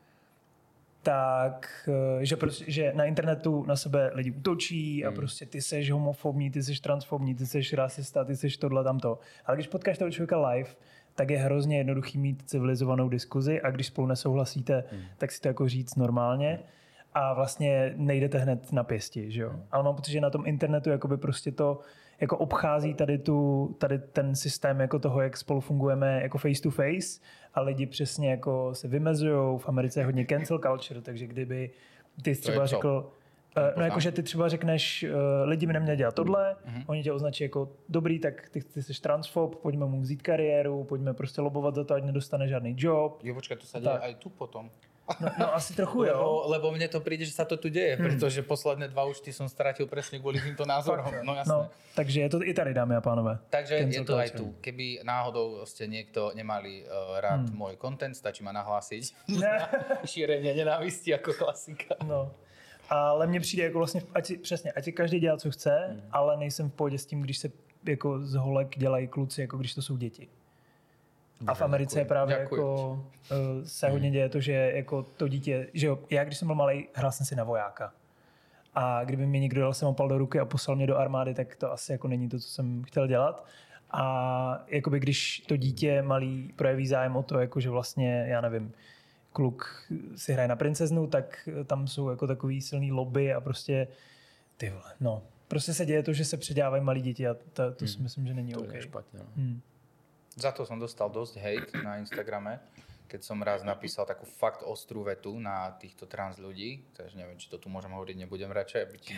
tak, že na internetu na sebe lidi útočí a prostě ty seš homofobní, ty seš transfobní, ty seš rasista, ty seš tohle tamto. Ale když potkáš toho člověka live, tak je hrozně jednoduchý mít civilizovanou diskuzi a když spolu nesouhlasíte, tak si to jako říct normálně a vlastně nejdete hned na pěsti, že jo. Ale mám pocit, že na tom internetu jakoby prostě to jako obchází tady ten systém jako toho, jak spolu fungujeme jako face to face a lidi přesně jako se vymezujou, v Americe je hodně cancel culture, takže kdyby ty třeba řekl, no jakože ty třeba řekneš, lidi mi neměli dělat tohle, oni tě označí jako dobrý, tak ty jsi transfob, pojďme mu vzít kariéru, pojďme prostě lobovat za to, ať nedostane žádný job. Jo, počkaj, to sa deje aj tu potom. No asi trochu jo. Lebo mne to príde, že sa to tu deje, pretože posledné 2 účty som stratil presne kvôli týmto názorom. No jasné. No, takže je to i tady, dámy a pánové. Takže je to aj tu. Keby náhodou ste niekto nemali rád môj content, stačí ma nahlásiť na šírenie nenávisti ako klasika. No. Ale mně přijde jako vlastně, ať si každý dělá, co chce, ale nejsem v pohodě s tím, když se jako z holek dělají kluci, jako když to jsou děti. A v Americe je právě jako se hodně děje to, že jako to dítě, že jo, já když jsem byl malej, hrál jsem si na vojáka. A kdyby mi někdo dal samopal do ruky a poslal mě do armády, tak to asi jako není to, co jsem chtěl dělat. A jakoby když to dítě malý projeví zájem o to, jako že vlastně, já nevím, kluk si hraje na princeznu, tak tam jsou jako takový silný lobby a prostě ty vole, no. Prostě se děje to, že se předávají malí děti a to si myslím, že není To OK. je špatně. Za to som dostal dosť hejt na Instagrame, keď som raz napísal takú fakt ostrú vetu na týchto trans ľudí, takže neviem, či to tu môžem hovoriť, nebudem radšej,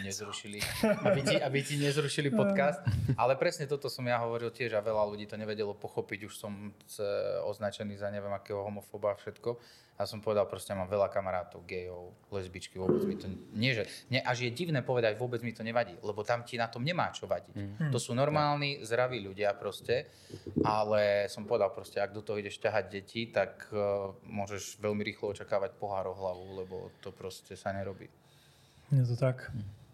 aby ti nezrušili podcast, ale presne toto som ja hovoril tiež a veľa ľudí to nevedelo pochopiť, už som označený za neviem akého homofóba a všetko. A som povedal, proste mám veľa kamarátov, gejov, lesbičky, vôbec mi to až je divné povedať, vôbec mi to nevadí, lebo tam ti na tom nemá čo vadiť. To sú normálni, zdraví ľudia proste, ale som povedal proste, ak do toho ideš ťahať deti, tak môžeš veľmi rýchlo očakávať pohár o hlavu, lebo to proste sa nerobí. Je to tak.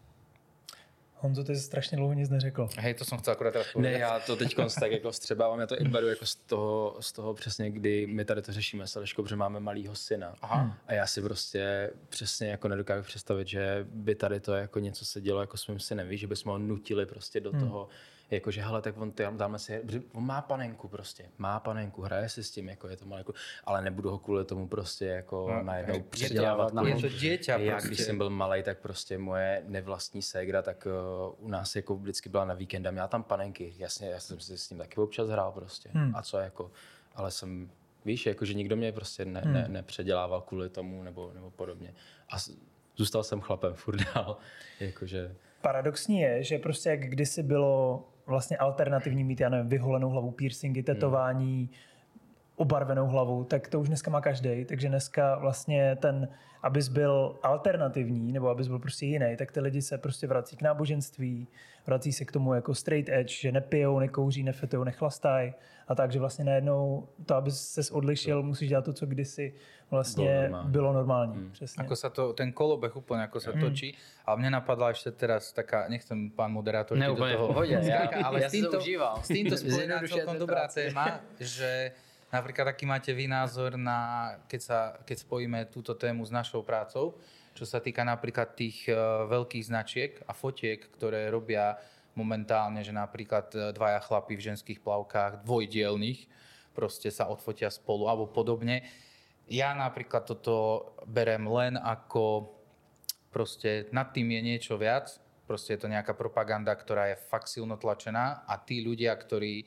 Honzo, ty jsi strašně dlouho nic neřekl. Hej, to jsem chcel akorát teraz povedať. Ne, já to teď tak jako vstřebávám, já to i beru jako z toho přesně, kdy my tady to řešíme s Eliškou, protože máme malýho syna. Aha. A já si prostě přesně jako nedokážu představit, že by tady to jako něco se dělo jako s mým synem, víš, že bychom ho nutili prostě do toho, jakože hele, tak on dáme si, on má panenku prostě, hraje si s tím, jako je to malenku, ale nebudu ho kvůli tomu prostě jako najednou předělávat. Je to dieťa Já, prostě. když jsem byl malej, tak prostě moje nevlastní ségra, tak u nás jako vždycky byla na víkend a měla tam panenky. Jasně, já jsem si s tím taky občas hrál prostě. A co jako, ale jsem, víš, jako, že nikdo mě prostě nepředělával kvůli tomu nebo podobně. A zůstal jsem chlapem furt dál, jakože... Paradoxní je, že prostě jak kdysi bylo vlastně alternativní mít, já nevím, vyholenou hlavu, piercingy, tetování, obarvenou hlavu, tak to už dneska má každej, takže dneska vlastně abys byl alternativní, nebo abys byl prostě jiný, tak ty lidi se prostě vrací k náboženství, vrací se k tomu jako straight edge, že nepijou, nekouří, nefetujou, nechlastají a takže vlastně najednou to, aby ses odlišil, musíš dělat to, co kdysi vlastně bylo normální. Přesně. Ako sa to, ten kolobeh úplne ako sa točí. A mne napadla ešte teraz taká, nechcem pán moderátor do toho skáka, ale s týmto spojená celkom dobrá téma, že napríklad aký máte vy názor na, keď spojíme túto tému s našou prácou, čo sa týka napríklad tých veľkých značiek a fotiek, ktoré robia momentálne, že napríklad dvaja chlapi v ženských plavkách, dvojdielných, proste sa odfotia spolu alebo podobne. Ja napríklad toto berem len ako proste nad tým je niečo viac, proste je to nejaká propaganda, ktorá je fakt silno tlačená a tí ľudia, ktorí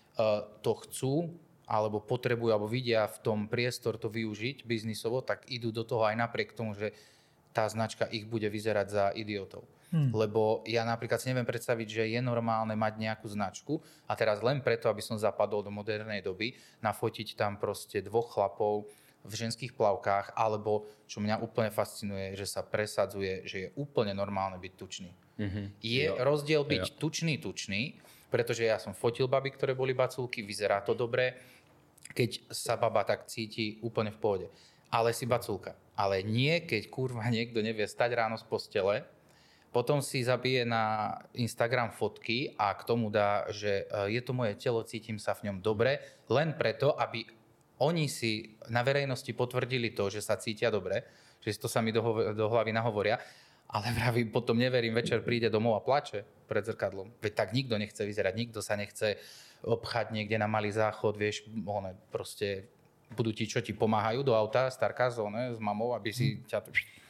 to chcú alebo potrebujú, alebo vidia v tom priestor to využiť biznisovo, tak idú do toho aj napriek tomu, že tá značka ich bude vyzerať za idiotov. Lebo ja napríklad si neviem predstaviť, že je normálne mať nejakú značku a teraz len preto, aby som zapadol do modernej doby, nafotiť tam proste dvoch chlapov v ženských plavkách, alebo čo mňa úplne fascinuje, že sa presadzuje, že je úplne normálne byť tučný. Je rozdiel byť tučný, pretože ja som fotil baby, ktoré boli baculky, vyzerá to dobre, keď sa baba tak cíti úplne v pohode. Ale si baculka. Ale nie, keď kurva niekto nevie stať ráno z postele, potom si zabije na Instagram fotky a k tomu dá, že je to moje telo, cítim sa v ňom dobre, len preto, aby oni si na verejnosti potvrdili to, že sa cítia dobre, že to sa mi do hlavy nahovoria, ale vravím, potom neverím, večer príde domov a plače pred zrkadlom. Veď tak nikto nechce vyzerať, nikto sa nechce obchať niekde na malý záchod, vieš, proste budú ti, čo ti pomáhajú do auta, starka s mamou, aby si ťa...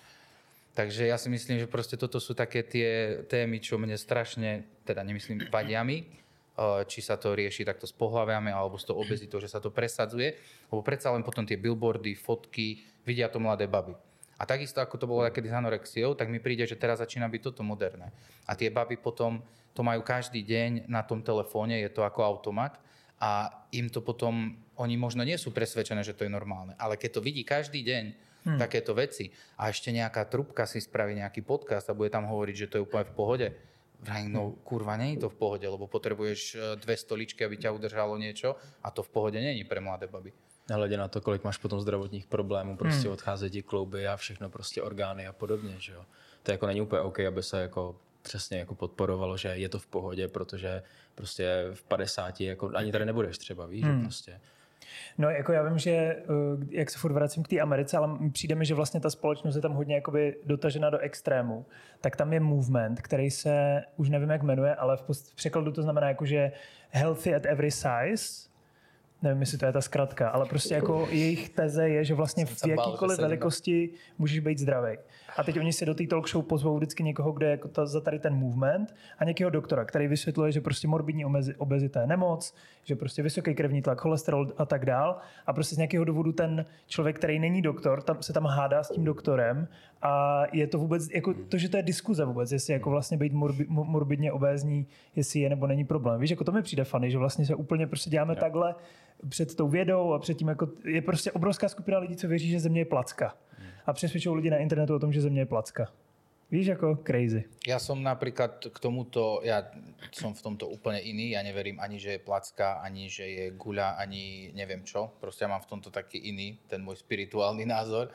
Takže ja si myslím, že proste toto sú také tie témy, čo mne strašne, teda nemyslím, vadia mi, či sa to rieši takto s pohľaviami alebo s tou obezitou, že sa to presadzuje, lebo predsa len potom tie billboardy, fotky, vidia to mladé baby. A takisto, ako to bolo takedy s anorexiou, tak mi príde, že teraz začína byť toto moderné. A tie baby potom to majú každý deň na tom telefóne, je to ako automat a im to potom, oni možno nie sú presvedčené, že to je normálne, ale keď to vidí každý deň, takéto veci a ešte nejaká trubka si spraví nejaký podcast a bude tam hovoriť, že to je úplne v pohode, no kurva, nie je to v pohode, lebo potrebuješ 2 stoličky, aby ťa udržalo niečo a to v pohode není pre mladé baby. Hledě na to, kolik máš potom zdravotních problémů, prostě odcházet ti klouby a všechno, prostě orgány a podobně, že jo. To jako není úplně OK, aby se jako přesně jako podporovalo, že je to v pohodě, protože prostě v 50 jako ani tady nebudeš třeba, víš, že prostě. No jako já vím, že jak se furt vracím k té Americe, ale přijde mi, že vlastně ta společnost je tam hodně jakoby dotažena do extrému, tak tam je movement, který se, už nevím jak jmenuje, ale v překladu to znamená jako, že healthy at every size, nevím, jestli to je ta zkratka, ale prostě jako jejich teze je, že vlastně v jakýkoliv velikosti můžeš být zdravý. A teď oni si do té talk show pozvou vždycky někoho, kdo je jako za tady ten movement a nějakého doktora, který vysvětluje, že prostě morbidní obezita je nemoc, že prostě vysoký krevní tlak, cholesterol a tak dál. A prostě z nějakého důvodu ten člověk, který není doktor, se tam hádá s tím doktorem a je to vůbec, jako to, že to je diskuze vůbec, jestli jako vlastně být morbidně obézní, jestli je nebo není problém. Víš, jako to mi přijde funny, že vlastně se úplně prostě děláme takhle před tou vědou a předtím jako je prostě obrovská skupina lidí, co věří, že Země je placka. A přesvědčují lidi na internetu o tom, že Země je placka. Víš, jako crazy. Ja som napríklad k tomuto, ja som v tomto úplne iný, ja neverím ani, že je placka, ani, že je guľa, ani neviem čo. Proste ja mám v tomto taký iný, ten môj spirituálny názor.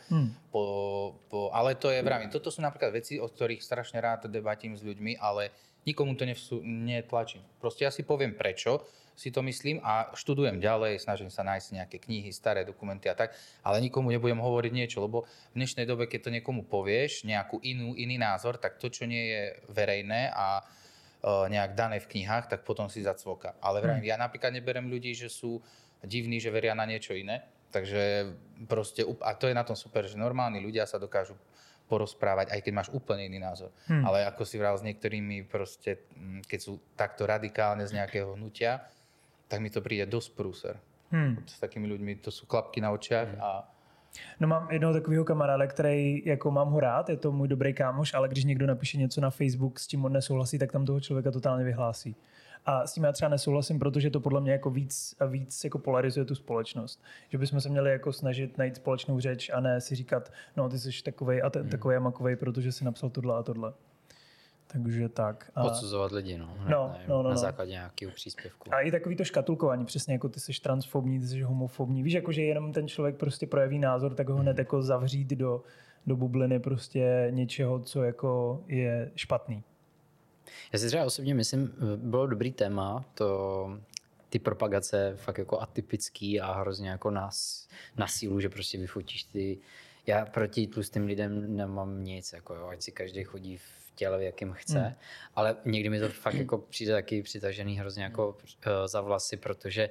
Ale to je, vravím, toto sú napríklad veci, o ktorých strašne rád debatím s ľuďmi, ale nikomu to netlačím. Proste ja si poviem prečo si to myslím a študujem ďalej, snažím sa nájsť nejaké knihy, staré dokumenty a tak, ale nikomu nebudem hovoriť niečo, lebo v dnešnej dobe, keď to niekomu povieš, nejakú iný názor, tak to, čo nie je verejné a nejak dané v knihách, tak potom si zacvoka. Ale vravím, ja napríklad neberem ľudí, že sú divní, že veria na niečo iné, takže proste, a to je na tom super, že normálni ľudia sa dokážu porozprávať, aj keď máš úplne iný názor. Ale ako si vral s niektorými proste, keď sú takto radikálne z nejakého hnutia, tak mi to přijde dost průser. S takými lidmi to jsou klapky na očích a... No mám jednoho takového kamaráda, který jako mám ho rád, je to můj dobrý kámoš, ale když někdo napíše něco na Facebook, s tím on nesouhlasí, tak tam toho člověka totálně vyhlásí. A s tím já třeba nesouhlasím, protože to podle mě jako víc a víc jako polarizuje tu společnost. Že bychom se měli jako snažit najít společnou řeč a ne si říkat, no ty jsi takovej a takovej a makovej, protože jsi napsal tohle a tohle. Takže tak. Odsuzovat lidi, na základě nějakého příspěvku. A i takový to škatulkování, přesně jako ty jsi transfobní, ty jsi homofobní. Víš, jako že jenom ten člověk prostě projeví názor, tak ho hned jako zavřít do bubliny prostě něčeho, co jako je špatný. Já si třeba osobně myslím, bylo dobrý téma, ty propagace fakt jako atypický a hrozně jako na sílu, že prostě vyfotíš ty. Já proti tlustým lidem nemám nic, jako jo, ať si každý chodí v těle, v jakým chce, ale někdy mi to fakt jako přijde taky přitažený hrozně jako za vlasy, protože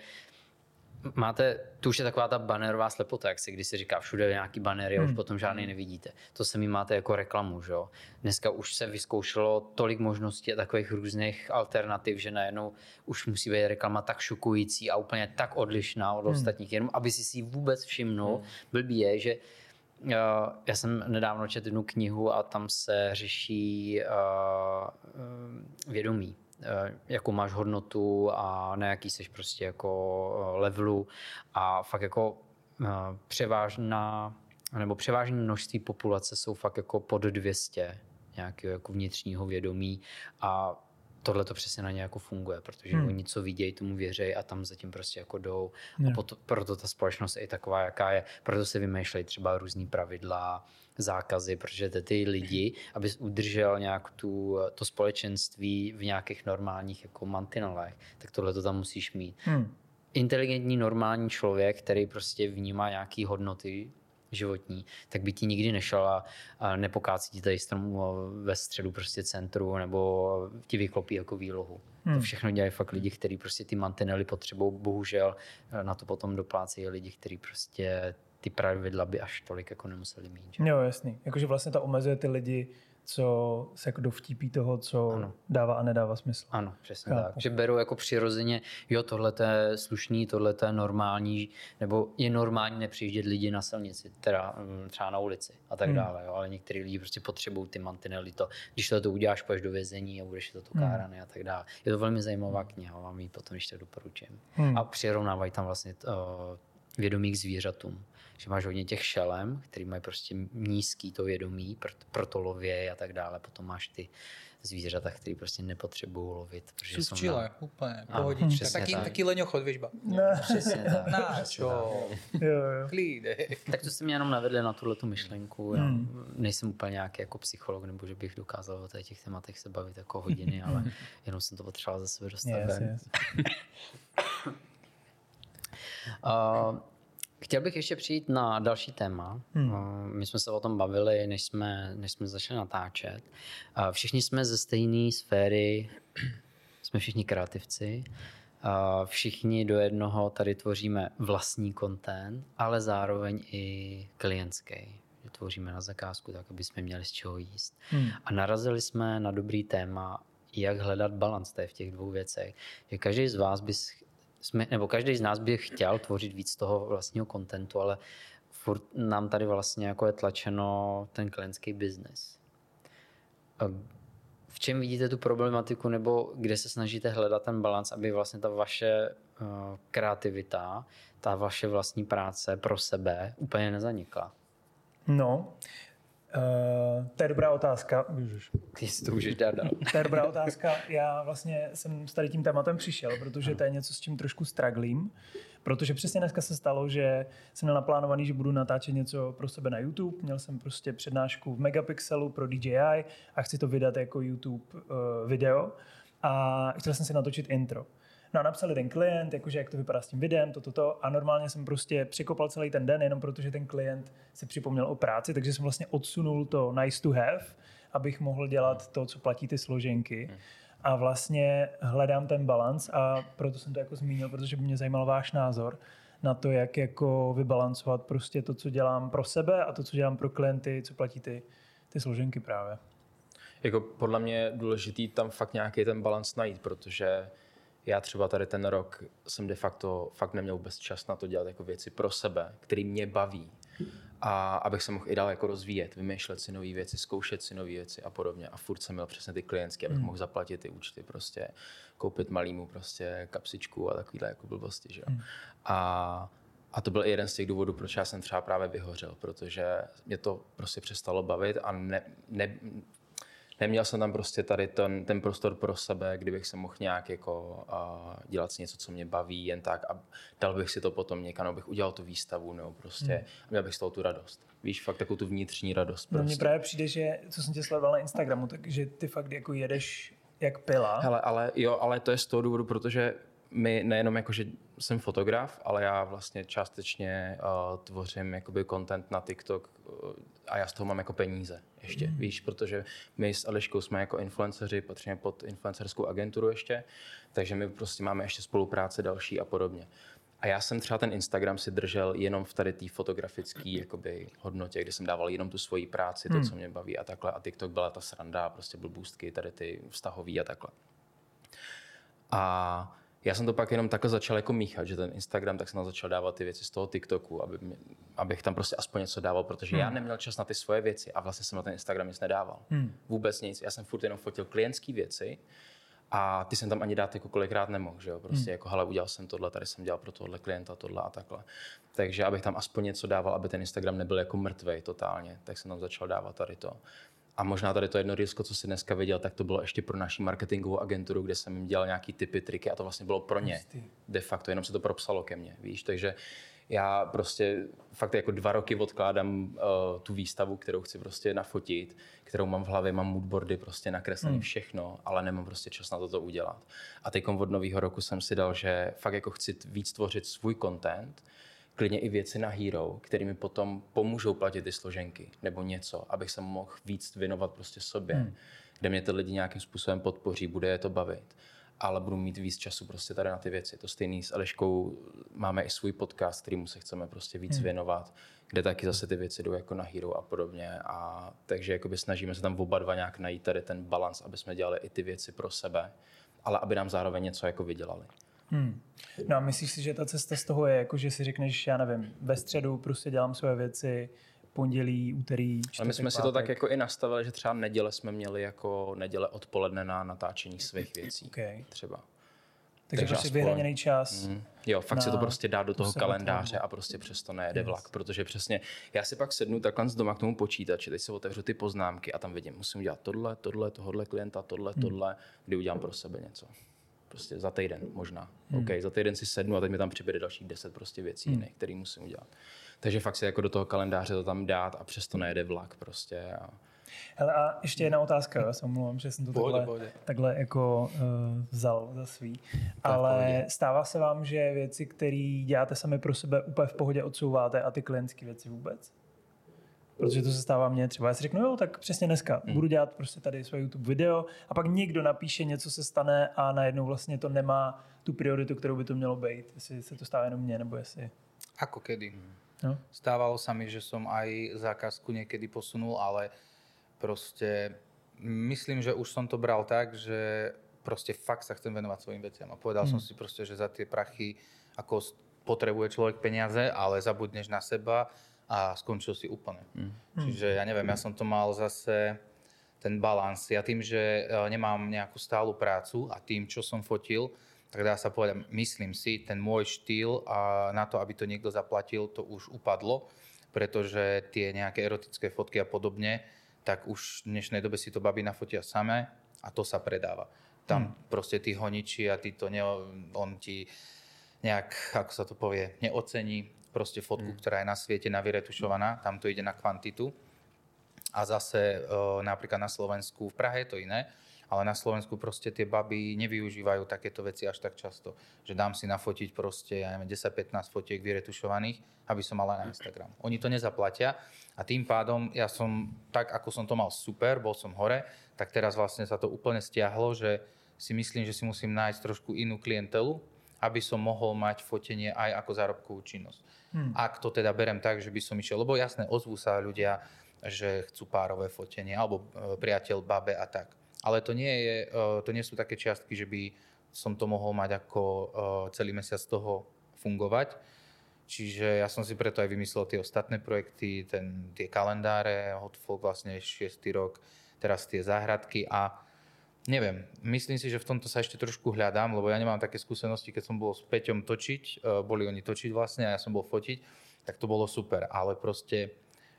tu už je taková ta bannerová slepota, jak se když se říká, všude je nějaký bannery a už potom žádný nevidíte. To samý máte jako reklamu, že jo. Dneska už se vyzkoušelo tolik možností a takových různých alternativ, že najednou už musí být reklama tak šokující a úplně tak odlišná od ostatních, jenom aby si vůbec všimnul. Blbý je, že já jsem nedávno četl jednu knihu a tam se řeší vědomí, jakou máš hodnotu a na jaký seš prostě jako levelu a fakt jako převážné množství populace jsou fakt jako pod 200 nějakého jako vnitřního vědomí a tohle to přesně na ně jako funguje, protože oni co vidějí, tomu věří a tam zatím prostě jako jdou. A proto ta společnost je i taková, jaká je. Proto se vymýšlejí třeba různý pravidla, zákazy, protože ty lidi, abys udržel nějak to společenství v nějakých normálních jako mantinelech, tak tohle to tam musíš mít. Inteligentní, normální člověk, který prostě vnímá nějaký hodnoty životní, tak by ti nikdy nešel a nepokácí ti tady strom ve středu prostě centru nebo ti vyklopí jako výlohu. To všechno dělají fakt lidi, kteří prostě ty mantinely potřebují, bohužel na to potom doplácejí lidi, kteří prostě ty pravidla by až tolik jako nemuseli mít. Že? Jo, jasný. Jakože vlastně to omezuje ty lidi, co se jako dovtípí toho, co dává a nedává smysl. Ano, přesně tak. Že berou jako přirozeně, jo, tohle je slušný, tohle je normální, nebo je normální nepřijíždět lidi na silnici, teda třeba na ulici a tak dále, jo, ale některý lidi prostě potřebují ty mantinely, když to uděláš, půjdeš do vězení a budeš to káraný a tak dále. Je to velmi zajímavá kniha, vám ji potom ještě doporučím. A přirovnávají tam vlastně vědomí k zvířatům. Že máš hodně těch šelem, který mají prostě nízký to vědomí, proto lověj a tak dále. Potom máš ty zvířata, který prostě nepotřebují lovit. Jsou v Chile, úplně, pohodička. Taký leňochod, víš ba. Přesně tak. Náčo, klíde. Tak to jste mě jenom navedli na tuhletu myšlenku. Já nejsem úplně nějaký jako psycholog, nebo že bych dokázal o těch tématech se bavit jako hodiny, ale jenom jsem to potřeboval za sebe dostat ven. Chtěl bych ještě přijít na další téma. My jsme se o tom bavili, než jsme začali natáčet. Všichni jsme ze stejné sféry, jsme všichni kreativci Všichni do jednoho tady tvoříme vlastní content, ale zároveň i klientský. Tvoříme na zakázku tak, aby jsme měli z čeho jíst. A narazili jsme na dobrý téma, jak hledat balans v těch dvou věcech. Že každý z vás každý z nás by chtěl tvořit víc toho vlastního contentu, ale furt nám tady vlastně jako je tlačeno ten klientský biznes. V čem vidíte tu problematiku, nebo kde se snažíte hledat ten balans, aby vlastně ta vaše kreativita, ta vaše vlastní práce pro sebe úplně nezanikla? No, to je dobrá otázka. Ty si to můžeš dát dál. To je dobrá otázka. Já vlastně jsem s tady tím tématem přišel, protože to je něco, s čím trošku strugglím. Protože přesně dneska se stalo, že jsem měl naplánovaný, že budu natáčet něco pro sebe na YouTube. Měl jsem prostě přednášku v Megapixelu pro DJI a chci to vydat jako YouTube video. A chtěl jsem si natočit intro. No a napsal jeden klient, jakože jak to vypadá s tím videem, a normálně jsem prostě překopal celý ten den, jenom protože ten klient se připomněl o práci, takže jsem vlastně odsunul to nice to have, abych mohl dělat to, co platí ty složenky. A vlastně hledám ten balans a proto jsem to jako zmínil, protože by mě zajímal váš názor na to, jak jako vybalancovat prostě to, co dělám pro sebe a to, co dělám pro klienty, co platí ty složenky právě. Jako podle mě je důležitý tam fakt nějaký ten balans najít, protože já třeba tady ten rok jsem de facto fakt neměl vůbec čas na to dělat jako věci pro sebe, které mě baví. A abych se mohl i dál jako rozvíjet, vymýšlet si nové věci, zkoušet si nové věci a podobně. A furt jsem měl přesně ty klientské, abych mohl zaplatit ty účty, prostě koupit malýmu prostě kapsičku a takovýhle jako blbosti, že jo. A to byl i jeden z těch důvodů, proč já jsem třeba právě vyhořel, protože mě to prostě přestalo bavit a neměl jsem tam prostě tady ten prostor pro sebe, kdybych se mohl nějak jako dělat si něco, co mě baví, jen tak a dal bych si to potom někam, bych udělal tu výstavu, nebo prostě měl bych z toho tu radost. Víš, fakt takovou tu vnitřní radost. No prostě. mně právě přijde, že co jsem tě sledoval na Instagramu, takže ty fakt jako jedeš jak pila. Hele, ale to je z toho důvodu, protože my nejenom jako, že jsem fotograf, ale já vlastně částečně tvořím jakoby content na TikTok a já z toho mám jako peníze ještě, víš, protože my s Eliškou jsme jako influenceři, patříme pod influencerskou agenturu ještě, takže my prostě máme ještě spolupráce další a podobně. A já jsem třeba ten Instagram si držel jenom v tady té fotografické jakoby hodnotě, kde jsem dával jenom tu svoji práci, to, co mě baví a takhle. A TikTok byla ta sranda, prostě blbůstky, tady ty vztahový a takhle. A já jsem to pak jenom takhle začal jako míchat, že ten Instagram, tak jsem začal dávat ty věci z toho TikToku, abych tam prostě aspoň něco dával, protože já neměl čas na ty svoje věci a vlastně jsem na ten Instagram nic nedával. Vůbec nic. Já jsem furt jenom fotil klientské věci a ty jsem tam ani dát jako kolikrát nemohl, že jo? Prostě jako hele, udělal jsem tohle, tady jsem dělal pro tohle klienta, tohle a takhle. Takže abych tam aspoň něco dával, aby ten Instagram nebyl jako mrtvej totálně, tak jsem tam začal dávat tady to. A možná tady to jedno reelsko, co jsi dneska viděl, tak to bylo ještě pro naši marketingovou agenturu, kde jsem jim dělal nějaký tipy, triky a to vlastně bylo pro ně. De facto, jenom se to propsalo ke mně, víš. Takže já prostě fakt jako 2 roky odkládám tu výstavu, kterou chci prostě nafotit, kterou mám v hlavě, mám moodboardy prostě nakreslené všechno, ale nemám prostě čas na to udělat. A teď od nového roku jsem si dal, že fakt jako chci víc tvořit svůj content, klidně i věci na Hero, které mi potom pomůžou platit ty složenky nebo něco, abych se mohl víc věnovat prostě sobě, kde mě ty lidi nějakým způsobem podpoří, bude je to bavit, ale budu mít víc času prostě tady na ty věci. To stejný s Eliškou máme i svůj podcast, kterýmu se chceme prostě víc věnovat, kde taky zase ty věci jdou jako na Hero a podobně. A takže jakoby snažíme se tam oba dva nějak najít tady ten balans, aby jsme dělali i ty věci pro sebe, ale aby nám zároveň něco jako vydělali. No a myslíš si, že ta cesta z toho je, jako že si řekneš, já nevím, ve středu prostě dělám své věci, pondělí, úterý, čtvrtek, ale my jsme si to tak jako i nastavili, že třeba neděle jsme měli jako neděle odpoledne na natáčení svých věcí. Okay. Třeba. Takže prostě vyhraněný čas. Jo, fakt si to prostě dá do toho kalendáře a prostě přesto nejede vlak, protože přesně já si pak sednu takhle z doma k tomu počítači, teď si otevřu ty poznámky a tam vidím, musím udělat tohle klienta, tohle, kdy udělám pro sebe něco. Prostě za týden možná. OK, za týden si sednu a teď mi tam přibude dalších 10 prostě věcí jiných, které musím udělat. Takže fakt si jako do toho kalendáře to tam dát a přesto nejede vlak prostě. Hele, a ještě jedna otázka, já se omlouvám, že jsem to takhle jako vzal za svý. Ale stává se vám, že věci, které děláte sami pro sebe, úplně v pohodě odsouváte a ty klientské věci vůbec? Protože to se stává mně třeba, já si řeknu, jo, tak přesně dneska budu dělat prostě tady svoje YouTube video a pak někdo napíše, něco se stane a najednou vlastně to nemá tu prioritu, kterou by to mělo být. Jestli se to stává jenom mně, nebo jestli... Ako kedy. No. Stávalo sa mi, že som aj zákazku niekedy posunul, ale proste myslím, že už som to bral tak, že proste fakt sa chcem venovať svojim veciam. A povedal som si proste, že za tie prachy ako potrebuje človek peniaze, ale zabudneš na seba a skončil si úplne. Čiže ja neviem, ja som to mal zase ten balans. Ja tým, že nemám nejakú stálu prácu a tým, čo som fotil, tak dá sa povedať, myslím si, ten môj štýl a na to, aby to niekto zaplatil, to už upadlo, pretože tie nejaké erotické fotky a podobne, tak už v dnešnej dobe si to baby nafotia samé a to sa predáva. Tam proste tí honiči a on ti nejak, ako sa to povie, neocení proste fotku, ktorá je na svete navyretušovaná, tam to ide na kvantitu. A zase napríklad na Slovensku, v Prahe je to iné, ale na Slovensku proste tie baby nevyužívajú takéto veci až tak často. Že dám si nafotiť proste, ja neviem, 10-15 fotiek vyretušovaných, aby som mal aj na Instagram. Oni to nezaplatia a tým pádom ja som, tak ako som to mal super, bol som hore, tak teraz vlastne sa to úplne stiahlo, že si myslím, že si musím nájsť trošku inú klientelu, aby som mohol mať fotenie aj ako zárobkovú činnosť. Ak to teda berem tak, že by som išiel, lebo jasné, ozvú sa ľudia, že chcú párové fotenie, alebo priateľ babe a tak. Ale to nie sú také čiastky, že by som to mohol mať ako celý mesiac z toho fungovať. Čiže ja som si preto aj vymyslel tie ostatné projekty, tie kalendáre, Hotfolk vlastne 6. rok, teraz tie záhradky a neviem, myslím si, že v tomto sa ešte trošku hľadám, lebo ja nemám také skúsenosti, keď som bol s Peťom točiť, boli oni točiť vlastne a ja som bol fotiť, tak to bolo super, ale proste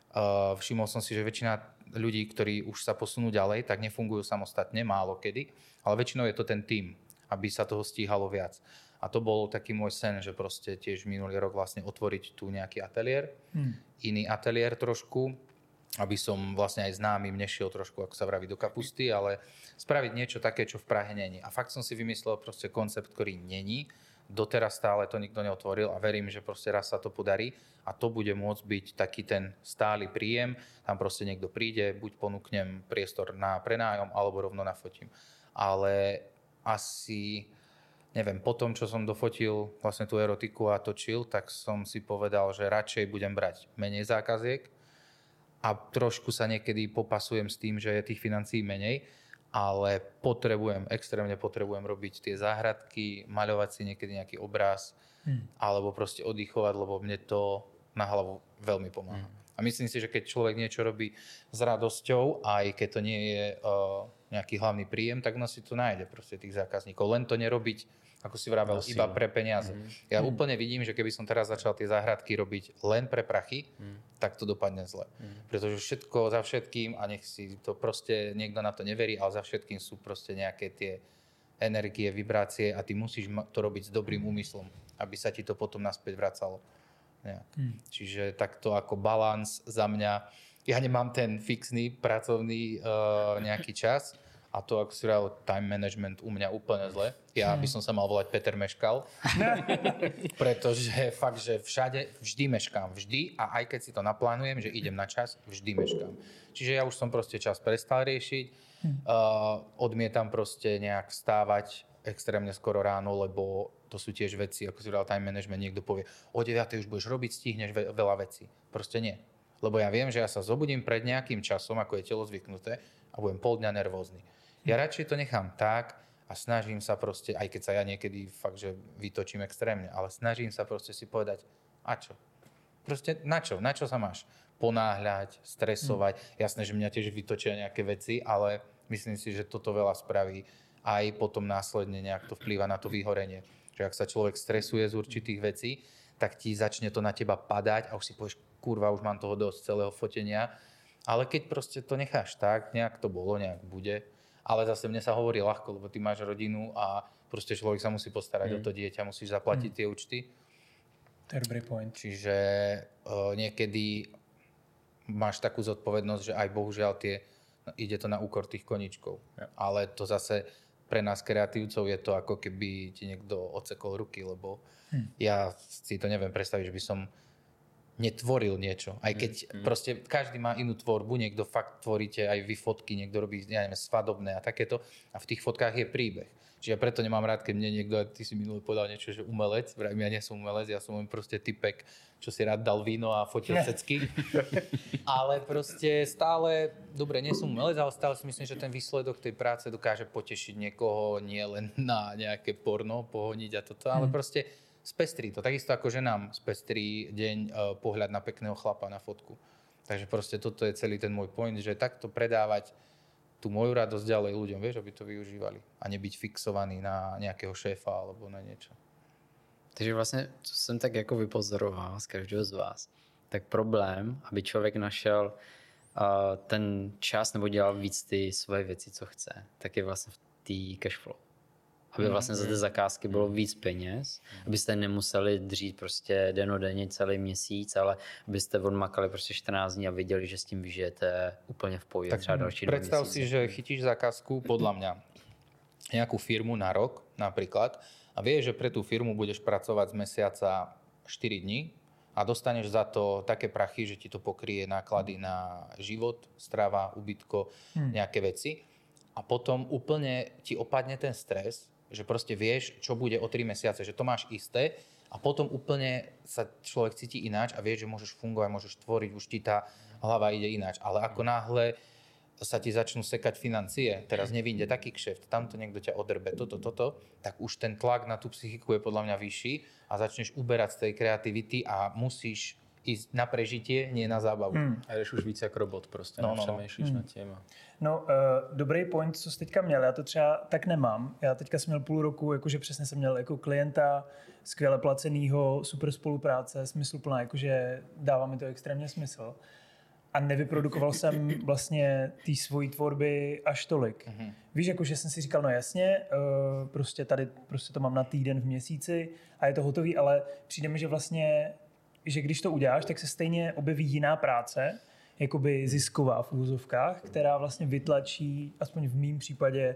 všimol som si, že väčšina ľudí, ktorí už sa posunú ďalej, tak nefungujú samostatne, málo kedy, ale väčšinou je to ten tím, aby sa toho stíhalo viac. A to bol taký môj sen, že proste tiež minulý rok vlastne otvoriť tu nejaký ateliér, iný ateliér trošku, aby som vlastne aj známym nešiel trošku, ako sa vraví, do kapusty, ale spraviť niečo také, čo v Prahe není. A fakt som si vymyslel proste koncept, ktorý není. Doteraz stále to nikto neotvoril a verím, že proste raz sa to podarí a to bude môcť byť taký ten stály príjem. Tam proste niekto príde, buď ponúknem priestor na prenájom, alebo rovno nafotím. Ale asi, neviem, po tom, čo som dofotil vlastne tú erotiku a točil, tak som si povedal, že radšej budem brať menej zákaziek a trošku sa niekedy popasujem s tým, že je tých financií menej, ale extrémne potrebujem robiť tie záhradky, maľovať si niekedy nejaký obraz, alebo proste oddychovať, lebo mne to na hlavu veľmi pomáha. A myslím si, že keď človek niečo robí s radosťou, aj keď to nie je nejaký hlavný príjem, tak si to nájde proste tých zákazníkov. Len to nerobiť, ako si vravel, iba pre peniaze. Ja úplne vidím, že keby som teraz začal tie záhradky robiť len pre prachy, tak to dopadne zle. Pretože všetko za všetkým, a nech si to proste niekto na to neverí, ale za všetkým sú proste nejaké tie energie, vibrácie a ty musíš to robiť s dobrým úmyslom, aby sa ti to potom naspäť vracalo. Čiže takto ako balans za mňa, ja nemám ten fixný pracovný nejaký čas a to, ako si hovoril, time management u mňa úplne zle. Ja by som sa mal volať Peter Meškal, pretože fakt, že všade vždy meškám, vždy a aj keď si to naplánujem, že idem na čas, vždy meškám. Čiže ja už som proste čas prestal riešiť, odmietam proste nejak vstávať extrémne skoro ráno, lebo to sú tiež veci, ako si hovoril time management, niekto povie, o 9 už budeš robiť, stihneš veľa vecí. Proste nie. Lebo ja viem, že ja sa zobudím pred nejakým časom, ako je telo zvyknuté a budem pol dňa nervózny. Ja radšej to nechám tak a snažím sa proste, aj keď sa ja niekedy fakt, že vytočím extrémne, ale snažím sa proste si povedať, a čo? Proste na čo? Na čo sa máš ponáhľať, stresovať? Jasné, že mňa tiež vytočia nejaké veci, ale myslím si, že toto veľa spraví. Aj potom následne nejak to vplýva na to vyhorenie. Že ak sa človek stresuje z určitých vecí, tak ti začne to na teba padať a už si povieš, kurva, už mám toho dosť celého fotenia. Ale keď proste to necháš tak, nejak to bolo, nejak bude. Ale zase mne sa hovorí ľahko, lebo ty máš rodinu a proste človek sa musí postarať o to dieťa, musíš zaplatiť tie účty. To je dobrý point. Čiže niekedy máš takú zodpovednosť, že aj bohužiaľ ide to na úkor tých koníčkov. Ja. Ale to zase pre nás kreatívcov je to ako keby ti niekto odsekol ruky, lebo ja si to neviem predstaviť, že by som netvoril niečo. Aj keď proste každý má inú tvorbu, niekto fakt tvoríte aj vy fotky, niekto robí, ja neviem, svadobné a takéto. A v tých fotkách je príbeh. Čiže ja preto nemám rád, keď mne niekto, ty si minulý povedal niečo, že umelec, vravím, ja nie som umelec, ja som len proste typek, čo si rád dal víno a fotil cecky. Ale proste stále, dobre, nie som umelec, ale stále si myslím, že ten výsledok tej práce dokáže potešiť niekoho, nie len na nejaké porno, pohoniť a toto, ale proste spestrí to. Takisto ako ženám spestrí deň pohľad na pekného chlapa na fotku. Takže proste toto je celý ten môj point, že takto predávať tú moju radosť ďalej ľuďom, vieš, aby to využívali. A nebyť fixovaný na nejakého šéfa alebo na niečo. Takže vlastně, co jsem tak jako vypozoroval z každého z vás, tak problém, aby člověk našel ten čas nebo dělal víc ty svoje věci, co chce, tak je vlastně v té cashflow. Aby vlastně za ty zakázky bylo víc peněz, abyste nemuseli dřít prostě dennodenně celý měsíc, ale abyste odmakali prostě 14 dní a věděli, že s tím vyžijete úplně v pohodě. Tak třeba další 2 predstav měsíce. si, že chytíš zákazku, podľa mňa, nejakú firmu na rok napríklad a vieš, že pre tú firmu budeš pracovať z mesiaca 4 dní a dostaneš za to také prachy, že ti to pokrie náklady na život, strava, ubytko, nejaké veci a potom úplne ti opadne ten stres, že proste vieš, čo bude o 3 mesiace, že to máš isté a potom úplne sa človek cíti ináč a vieš, že môžeš fungovať, môžeš tvoriť, už ti tá hlava ide ináč. Ale ako náhle sa ti začnú sekať financie, teraz nevyjde taký kšeft, tamto niekto ťa odrbe, toto, tak už ten tlak na tú psychiku je podľa mňa vyšší a začneš uberať z tej kreativity a musíš ísť na prežitie, nie na zábavu. A jdeš už víc jak robot prostě, nepřemýšlíš nad tím. No, dobrý point, co jsi teďka měl, já to třeba tak nemám. Já teďka jsem měl půl roku, jakože přesně jsem měl jako klienta, skvěle placenýho, super spolupráce, smysluplná, jakože dává mi to extrémně smysl. A nevyprodukoval jsem vlastně té svojí tvorby až tolik. Víš, jakože jsem si říkal, no jasně, prostě tady prostě to mám na týden v měsíci a je to hotový, ale přijde mi, že vlastně, že když to uděláš, tak se stejně objeví jiná práce, jakoby zisková v úvozovkách, která vlastně vytlačí, aspoň v mém případě,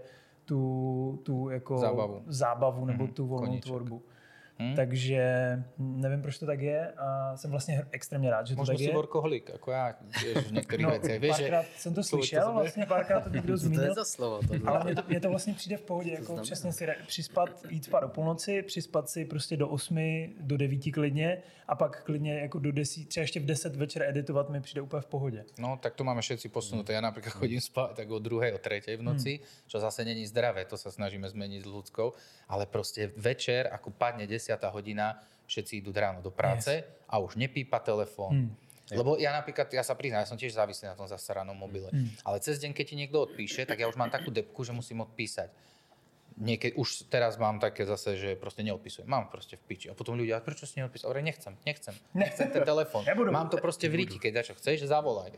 tu jako zábavu nebo tu volnou tvorbu. Takže nevím, proč to tak je a jsem vlastně extrémně rád, že to možno tak je. Možno si workoholik, ako ja, tiež v niektorých veciach. Vieš, párkrát jsem to slyšel, vlastně párkrát to někdo zmínil. To je za slovo. Ale mně to vlastně přijde v pohodě, jako přesně si přispat, jít spát do půlnoci, přispat si prostě do 8, do 9 klidně a pak klidně jako do 10, třeba ještě v 10 večer editovat mi přijde úplně v pohodě. No, tak to máme všetci posunuté. Ja napríklad chodím spať tak o 2, o 3 v noci, čo zase není zdravé, to sa snažíme zmeniť s ľudskou, ale proste večer, ako padne 10. hodina, všetci idú ráno do práce a už nepípa telefón. Lebo ja napríklad, ja sa priznám, ja som tiež závislý na tom zasaranom mobile, ale cez deň, keď ti niekto odpíše, tak ja už mám takú depku, že musím odpísať. Niekedy, už teraz mám také zase, že proste neodpisujem. Mám proste v piči. A potom ľudia, prečo si neodpísal? Ale nechcem ten telefón. Mám to proste v ríti, keď dačo chceš, zavolaj.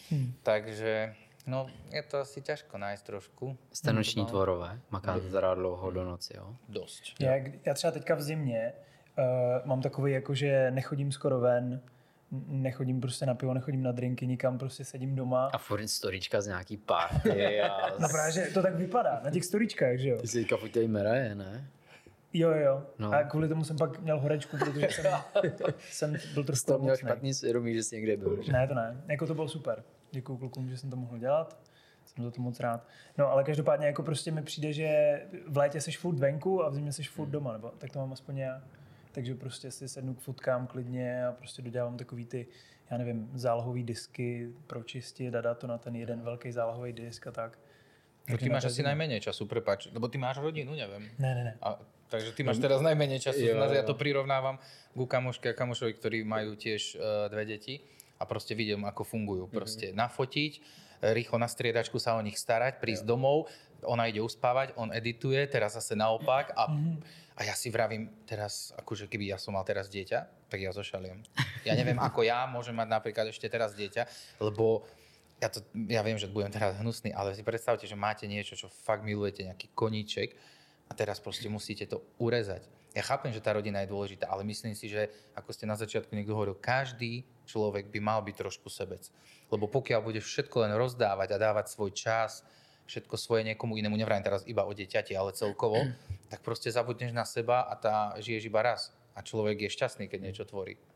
Takže, no, je to asi ťažko nájsť trošku. Jste noční tvorové, makáte teda dlouho do noci, jo? Dosť. Já třeba teďka v zimě mám takový, jako že nechodím skoro ven, nechodím prostě na pivo, nechodím na drinky, nikam, prostě sedím doma. A furt storíčka z nějaký party. No právě, že to tak vypadá na těch storíčkách, že jo? Ty si teďka fotěj meraje, ne? Jo. No. A kvůli tomu jsem pak měl horečku, protože jsem byl trošku To měl mocnej. špatný svědomí, že jsi někde byl. Že? Ne, to ne. Jako to bylo super. Děkuju klukům, že jsem to mohl dělat. Jsem za to moc rád. No, ale každopádně jako prostě mi přijde, že v létě seš furt venku a v zimě seš furt doma, nebo tak to mám aspoň já. Takže prostě si sednu k fotkám klidně a prostě dodělám takový ty, já nevím, zálohový disky, pročistit a dát to na ten jeden velký zálohový disk a tak. No, ty máš asi najmenej času, prepáč, lebo ty máš rodinu, neviem. Ne. Takže ty máš teraz najmenej času. Ja to prirovnávam ku kamoške a kamošovi, ktorí majú tiež 2 deti a proste vidím, ako fungujú. Proste nafotiť, rýchlo na striedačku sa o nich starať, prísť domov, ona ide uspávať, on edituje, teraz zase naopak a ja si vravím teraz, akože keby ja som mal teraz dieťa, tak ja zošaliem. Ja neviem, ako ja môžem mať napríklad ešte teraz dieťa, lebo ja viem, že budem teraz hnusný, ale si predstavte, že máte niečo, čo fakt milujete, nejaký koníček a teraz proste musíte to urezať. Ja chápem, že tá rodina je dôležitá, ale myslím si, že ako ste na začiatku niekto hovoril, každý človek by mal byť trošku sebec. Lebo pokiaľ budeš všetko len rozdávať a dávať svoj čas, všetko svoje niekomu inému, nevrajím teraz iba o dieťati, ale celkovo, tak proste zabudneš na seba a žiješ iba raz. A človek je šťastný, keď niečo tvorí.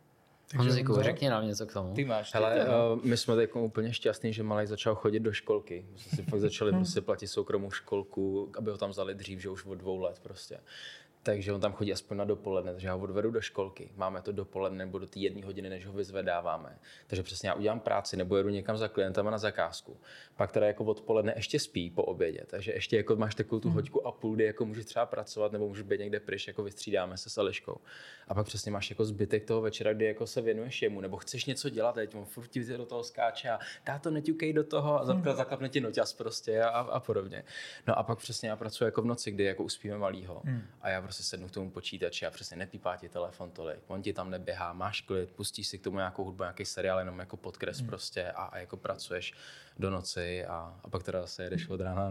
Honziku, řekni nám něco k tomu. Ty máš. Hele, my jsme teď úplně šťastní, že malej začal chodit do školky. My jsme si fakt začali prostě platit soukromou školku, aby ho tam vzali dřív, že už od 2 let prostě. Takže on tam chodí aspoň na dopoledne, takže já ho odvedu do školky. Máme to dopoledne nebo do té 1 hodiny, než ho vyzvedáváme. Takže přesně já udělám práci nebo jedu někam za klientama na zakázku. Pak teda jako odpoledne ještě spí po obědě, takže ještě jako máš takovou tu hoďku a půl, kdy jako můžeš třeba pracovat nebo můžeš být někde pryč, jako vystřídáme se s Eliškou. A pak přesně máš jako zbytek toho večera, kdy jako se věnuješ jemu, nebo chceš něco dělat, teď on furt ti do toho skáče a táto neťukej do toho a zaklapne ti noťaz prostě a podobně. No a pak přesně já pracuji jako v noci, kdy jako uspíme malýho a já prostě sednu k tomu počítači a přesně nepípá ti telefon tolik, on ti tam neběhá, máš klid, pustíš si k tomu nějakou hudbu, nějaký seriál, jenom jako podkres prostě a jako pracuješ do noci a pak teda zase jedeš od rána.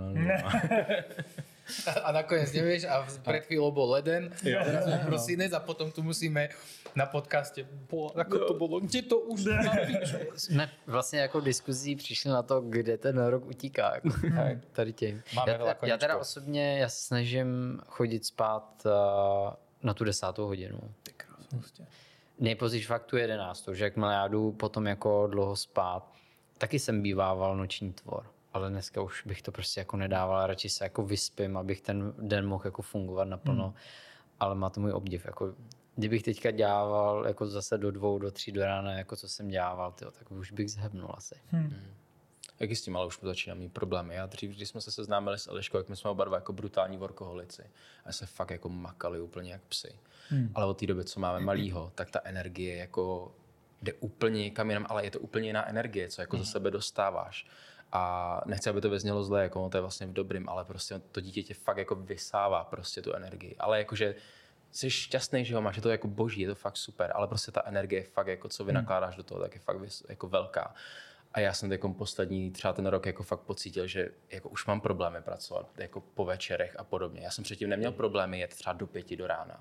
A nakoniec nevieš a pred chvíľou bol leden, teraz je prosinec a potom tu musíme na podcaste, ako to bolo, kde to už napíšu. Jsme vlastně jako diskuzí přišli na to, kde ten rok utíká. Jako, tady tím. Já teda osobně já se snažím chodit spát na tu 10. hodinu. Nejpozději fakt tu 11. Že jakmile já jdu potom jako dlouho spát, taky jsem bývával noční tvor. Ale dneska už bych to prostě jako nedával, radši se jako vyspím, abych ten den mohl jako fungovat naplno. Ale má to můj obdiv. Jako, kdybych teďka dělával jako zase do 2, do 3 do rána, jako co jsem dělával, tyjo, tak už bych zhebnul asi. Jak s tím, ale už začínám mít problémy. Já dřív, když jsme se seznámili s Eliškou, jak my jsme oba dva jako brutální workoholici. A se fakt jako makali úplně jak psi. Ale od té doby, co máme malýho, tak ta energie jako jde úplně někam jinam, ale je to úplně jiná energie, co jako za sebe dostáváš. A nechci, aby to vyznělo zle, jako to je vlastně v dobrým, ale prostě to dítě tě fakt jako vysává prostě tu energii. Ale jakože jsi šťastný, že ho máš, je to jako boží, je to fakt super, ale prostě ta energie fakt jako co vynakládáš do toho, tak je fakt jako velká. A já jsem teď poslední třeba ten rok jako fakt pocítil, že jako už mám problémy pracovat jako po večerech a podobně. Já jsem předtím neměl problémy jet třeba do 5 do rána.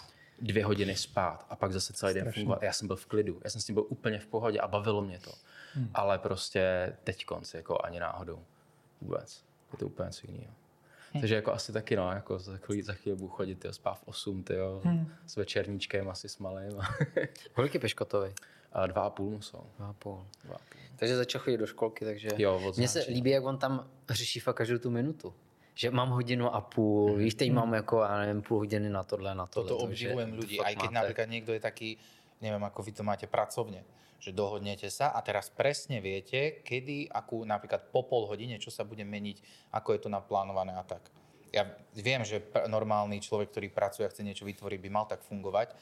2 hodiny spát a pak zase celý den fungovat. Já jsem byl v klidu, já jsem s tím byl úplně v pohodě a bavilo mě to. Ale prostě teď konci, jako ani náhodou. Vůbec. Je to úplně co jiného. Takže jako asi taky no, jako za chvíli budu chodit tyjo, spát v 8, tyjo, s večerníčkem asi s malým. Kolik je Peškotovi? 2,5 mu jsou. 2,5. Takže začal chodit do školky, takže jo, mně se líbí, jak on tam řeší fakt každou tu minutu. Že mám 1,5 hodiny, víš, teď mám jako, já nevím, půl hodiny na tohle. Toto obdivujem ľudí, aj keď napríklad niekto je taký, neviem, ako vy to máte pracovne, že dohodnete sa a teraz presne viete, kedy, akú napríklad po pol hodine, čo sa bude meniť, ako je to naplánované a tak. Ja viem, že normálny človek, ktorý pracuje a chce niečo vytvoriť, by mal tak fungovať,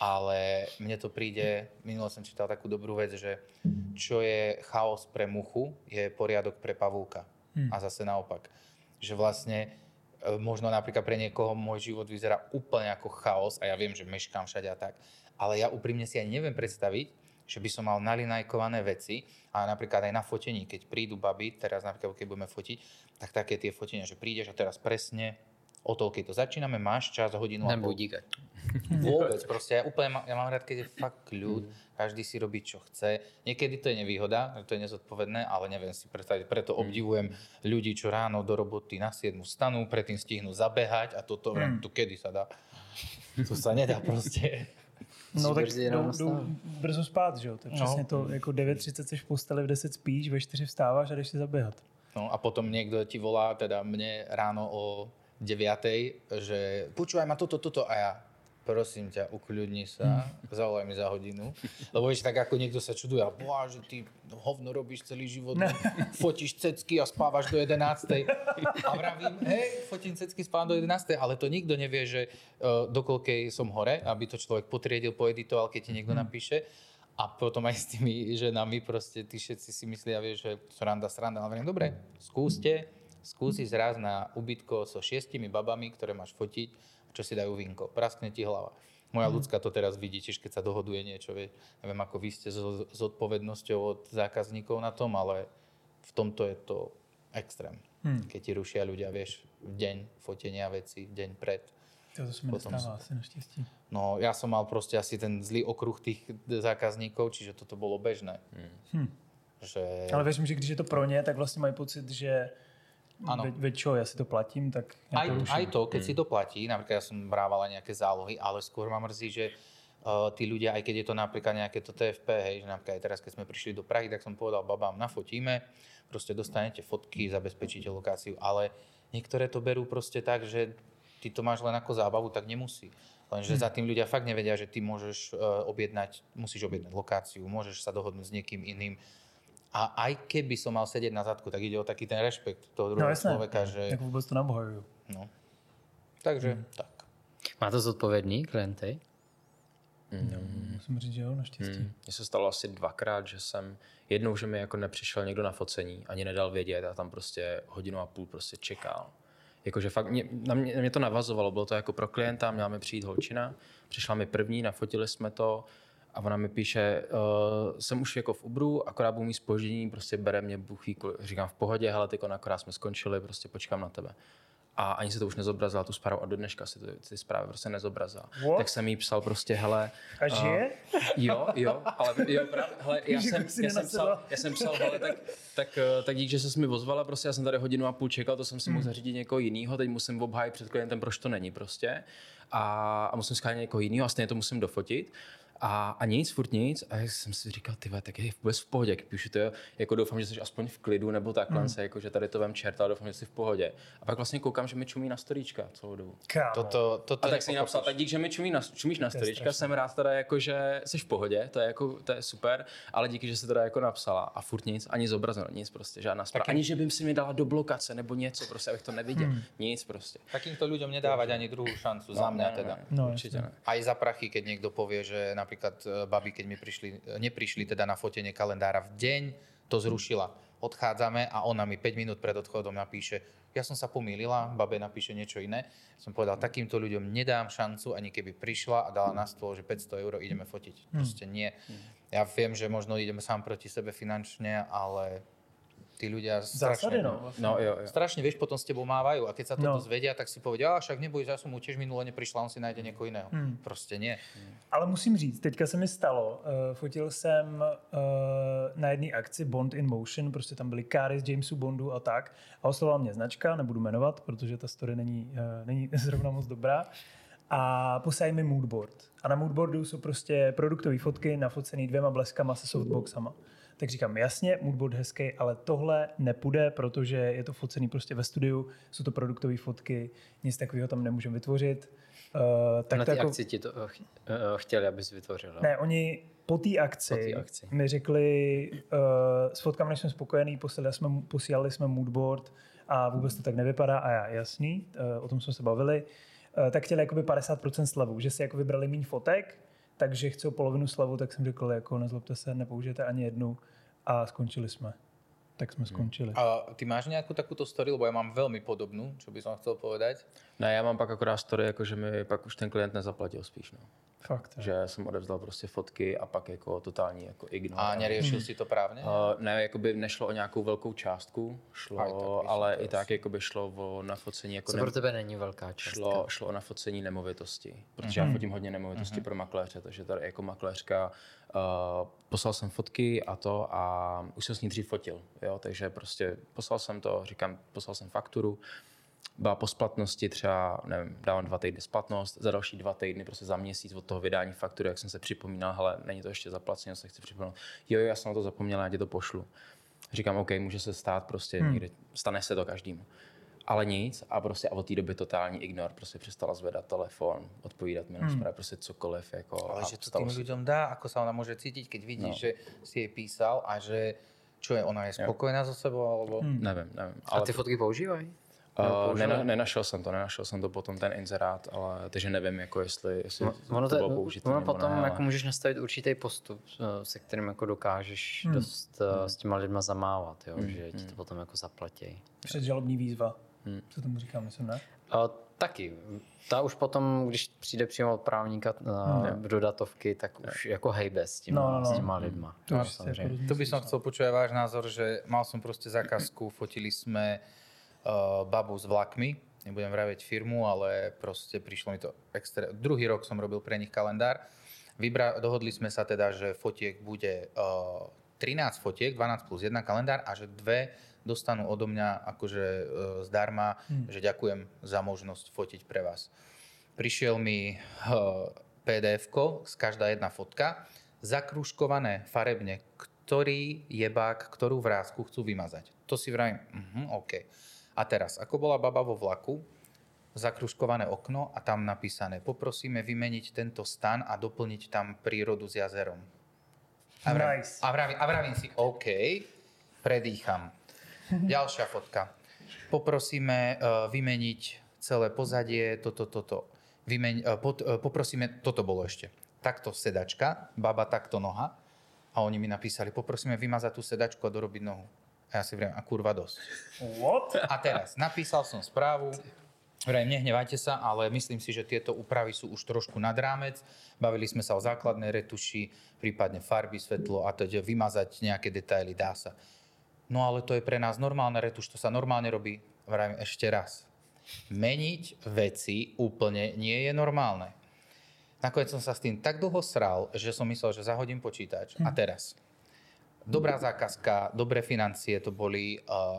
ale mne to príde, minulo som čítal takú dobrú vec, že čo je chaos pre muchu, je poriadok pre pavúka. A zase naopak. Že vlastne možno napríklad pre niekoho môj život vyzerá úplne ako chaos a ja viem, že meškám všade a tak, ale ja úprimne si ani neviem predstaviť, že by som mal nalinajkované veci a napríklad aj na fotení, keď prídu baby, teraz napríklad keď budeme fotiť, tak také tie fotenia, že prídeš a teraz presne o toľkej to začíname, máš čas, hodinu a pol. Nebudíkať. Vôbec, proste ja mám rád, keď je fakt kľud, každý si robí, čo chce. Niekedy to je nevýhoda, to je nezodpovedné, ale neviem si predstaviť, preto obdivujem ľudí, čo ráno do roboty na 7 vstanú, predtým stihnú zabehať a toto, to kedy sa dá? To sa nedá proste. No tak jdou brzo spát, že jo? To je přesně to, jako 9:30 seš v posteli, v 10 spíš, ve 4 vstáváš a jdeš si zaběhat. No a potom niekto ti volá, teda mne ráno o 9:00, že počúvaj ma toto a ja prosím ťa, ukľudni sa, zavolaj mi za hodinu. Lebo vieš, tak ako niekto sa čuduje, že ty hovno robíš celý život, fotíš cecky a spávaš do 11:00. A vravím, hej, fotím cecky, spávam do 11:00, ale to nikto nevie, že do koľkej som hore, aby to človek potriedil, poeditoval, keď ti niekto napíše. A potom aj s tými ženami proste tí všetci si myslia, vieš, že sranda, ale vravím, dobre, skúsi zraz na ubytko so 6 babami, ktoré máš fotiť, čo si dajú vínko. Praskne ti hlava. Moja ľudská to teraz vidí, tiež keď sa dohoduje niečo, vie. Neviem, ako vy ste s odpovednosťou od zákazníkov na tom, ale v tomto je to extrém. Keď ti rušia ľudia, vieš, v deň fotenia veci, deň pred. To se mi nestává asi naštěstí. No, ja som mal proste asi ten zlý okruh tých zákazníkov, čiže toto bolo bežné. Že... Ale věřím, že když je to pro ně, tak vlastně mají pocit, že čo, ja si to platím, tak ja to ruším. Aj to, keď si to platí, napríklad ja som brával aj nejaké zálohy, ale skôr ma mrzí, že tí ľudia, aj keď je to napríklad nejaké to TFP, hej, že napríklad aj teraz, keď sme prišli do Prahy, tak som povedal babám, nafotíme, proste dostanete fotky, zabezpečíte lokáciu, ale niektoré to berú proste tak, že ty to máš len ako zábavu, tak nemusí. Lenže za tým ľudia fakt nevedia, že ty môžeš musíš objednať lokáciu, môžeš sa dohodnúť s niekým iným. A aj keby som mal sedieť na zadku, tak ide o taký ten rešpekt toho druhého človeka, že... Jak vůbec to nabohajujú. No. Takže tak. Máte zodpovědný klienty? Musím říct, že jo, naštěstí. Mně se stalo asi 2krát, že jsem jednou, že mi jako nepřišel někdo na focení, ani nedal vědět a tam prostě 1,5 hodiny prostě čekal. Jakože fakt na mě to navazovalo, bylo to jako pro klienta, měla mi přijít holčina, přišla mi první, nafotili jsme to a ona mi píše, jsem už jako v Uberu, akorát budu mít zpoždění, prostě bere mě buchvíku, říkám v pohodě, hele, tyko, akorát jsme skončili, prostě počkám na tebe. A ani se to už nezobrazila, tu zprávu, a do dneška si ty zprávy prostě nezobrazila. What? Tak jsem jí psal prostě, hele... A žije? Jo, ale jo, právě, hele, já jsem psal, hele, tak dík, že ses mi ozvala, prostě já jsem tady 1,5 hodiny čekal, to jsem si mohl zařídit někoho jinýho, teď musím obhájit před klientem, proč to není prostě. A musím schánět někoho jinýho a stejně to musím dofotit. A nic, furt nic. A já jsem si říkal, ty tak je vůbec v pohodě. Píšu to, jako doufám, že jsi aspoň v klidu nebo takhle, jako, že tady to vem čert, ale doufám, že jsi v pohodě. A pak vlastně koukám, že mi čumí na storíčka celou dobu. Toto A tak si napsal, tak dík, že mi čumíš na storíčka, jsem rád teda jako, že jsi v pohodě, to je super, ale díky, že jsi teda jako napsala a furt nic, ani zobrazeno, nic prostě, žádná zpráva. Ani že bym si mi dala do blokace nebo něco, prostě, abych to neviděl, nic prostě. Takýmto ľuďom nedávať ani druhú šancu, za mňa teda. No, určite ne. Aj za prachy, keď niekto povie, že napríklad babi, keď mi neprišli teda na fotenie kalendára v deň, to zrušila. Odchádzame a ona mi 5 minút pred odchodom napíše, ja som sa pomýlila, babe napíše niečo iné. Som povedal, takýmto ľuďom nedám šancu, ani keby prišla a dala na stôl, že 500 € ideme fotiť. Proste nie. Ja viem, že možno ideme sám proti sebe finančne, ale tí ľudia strašne, strašne, vieš, potom s tebou mávajú a keď sa to dozvedia, tak si povedia, však neboj, ja som mu tiež minule neprišla, on si nájde niekoho iného. Prostě nie. Ale musím říct, teďka se mi stalo, fotil jsem na jedné akci Bond in Motion, prostě tam byly káry z Jamesu Bondu a tak a oslovila mě značka, nebudu jmenovat, protože ta story není zrovna moc dobrá. A poslali mi moodboard. A na moodboardu jsou prostě produktové fotky nafocený 2 bleskama se softboxama. Tak říkám, jasně, moodboard hezký, ale tohle nepůjde, protože je to focený prostě ve studiu, jsou to produktové fotky, nic takového tam nemůžeme vytvořit. Tak na té akci ti to chtěli, abys vytvořil? Ne, oni po té akci mi řekli, s fotkami nejsme spokojený, posílali jsme moodboard a vůbec to tak nevypadá a já, jasný, o tom jsme se bavili, tak chtěli jakoby 50% slavu, že si jako vybrali méně fotek, takže chcou polovinu slavu, tak jsem řekl, jako nezlobte se, nepoužijete ani jednu a skončili jsme. Tak jsme skončili. A ty máš nějakou takovou story, lebo já mám velmi podobnou, čo by som chcel povedať? Ne, já mám pak akorát story, jako že mi pak už ten klient nezaplatil spíš, no. Fakt. Že jsem odevzdal prostě fotky a pak jako totální jako ignor. A neriešil si to právně? Ne, jakoby nešlo o nějakou velkou částku, ale i tak jakoby šlo o nafocení. Jako co pro tebe není velká částka? Šlo o nafocení nemovitosti, protože já fotím hodně nemovitosti pro makléře, takže tady jako makléřka poslal jsem fotky a už jsem s ní dřív fotil, jo, takže prostě poslal jsem to, poslal jsem fakturu, byla po splatnosti třeba, nevím, dávám 2 týdny splatnost, za další 2 týdny, prostě za měsíc od toho vydání faktury, jak jsem se připomínal, hele, není to ještě zaplacené, se chci připomínat. Jo, já jsem na to zapomněl, já ti to pošlu. Říkám, OK, může se stát prostě někdy, stane se to každému. Ale nic a prostě a od té doby totální ignor, prostě přestala zvedat telefon, odpovídat mi na zprávy, prostě cokoliv. Jako, ale že to tým ľuďom dá, ako sa ona môže cítiť, keď vidíš, že si jej písal a že čo je, ona je spokojná so sebou, alebo... Nevím. Ale... A ty fotky používají? Nenašel jsem to potom ten inzerát, ale takže nevím, jako jestli ono to bylo použité. Ono potom ne, jako můžeš nastavit určitý postup, se kterým jako dokážeš dost s těma lidma zamávat, jo? Že ti to potom jako zaplatí. Předžalobní výzva, co tomu říkám, myslím, ne? Taky. Ta už potom, když přijde přímo od právníka do datovky, tak už jako hejbe s těma lidma. To by som chcel počuť váš názor, že mal som proste zákazku, fotili sme babu s vlakmi, nebudem vraviť firmu, ale proste prišlo mi to extra. Druhý rok som robil pre nich kalendár. Dohodli sme sa teda, že fotiek bude 13 fotiek, 12 plus 1 kalendár a že 2 dostanú odo mňa akože zdarma, že ďakujem za možnosť fotiť pre vás. Prišiel mi 5 PDF-ko, každá jedna fotka, zakružkované farebne, ktorý jebák, ktorú vrásku chcú vymazať. To si vravím, OK. A teraz, ako bola baba vo vlaku, zakružkované okno a tam napísané, poprosíme vymeniť tento stan a doplniť tam prírodu s jazerom. A vravím si, OK, predýcham. Ďalšia fotka. Poprosíme vymeniť celé pozadie, toto. Poprosíme, toto bolo ešte. Takto sedačka, baba takto noha a oni mi napísali, poprosíme vymazať tú sedačku a dorobiť nohu. A ja si vravím, a kurva dosť. What? A teraz, napísal som správu, vravím, nehnevajte sa, ale myslím si, že tieto úpravy sú už trošku nad rámec. Bavili sme sa o základnej retuši, prípadne farby, svetlo a teď vymazať nejaké detaily, dá sa. No ale to je pre nás normálna retuš, to sa normálne robí. Vravím ešte raz. Meniť veci úplne nie je normálne. Nakoniec som sa s tým tak dlho sral, že som myslel, že zahodím počítač. A teraz. Dobrá zákazka, dobré financie to boli.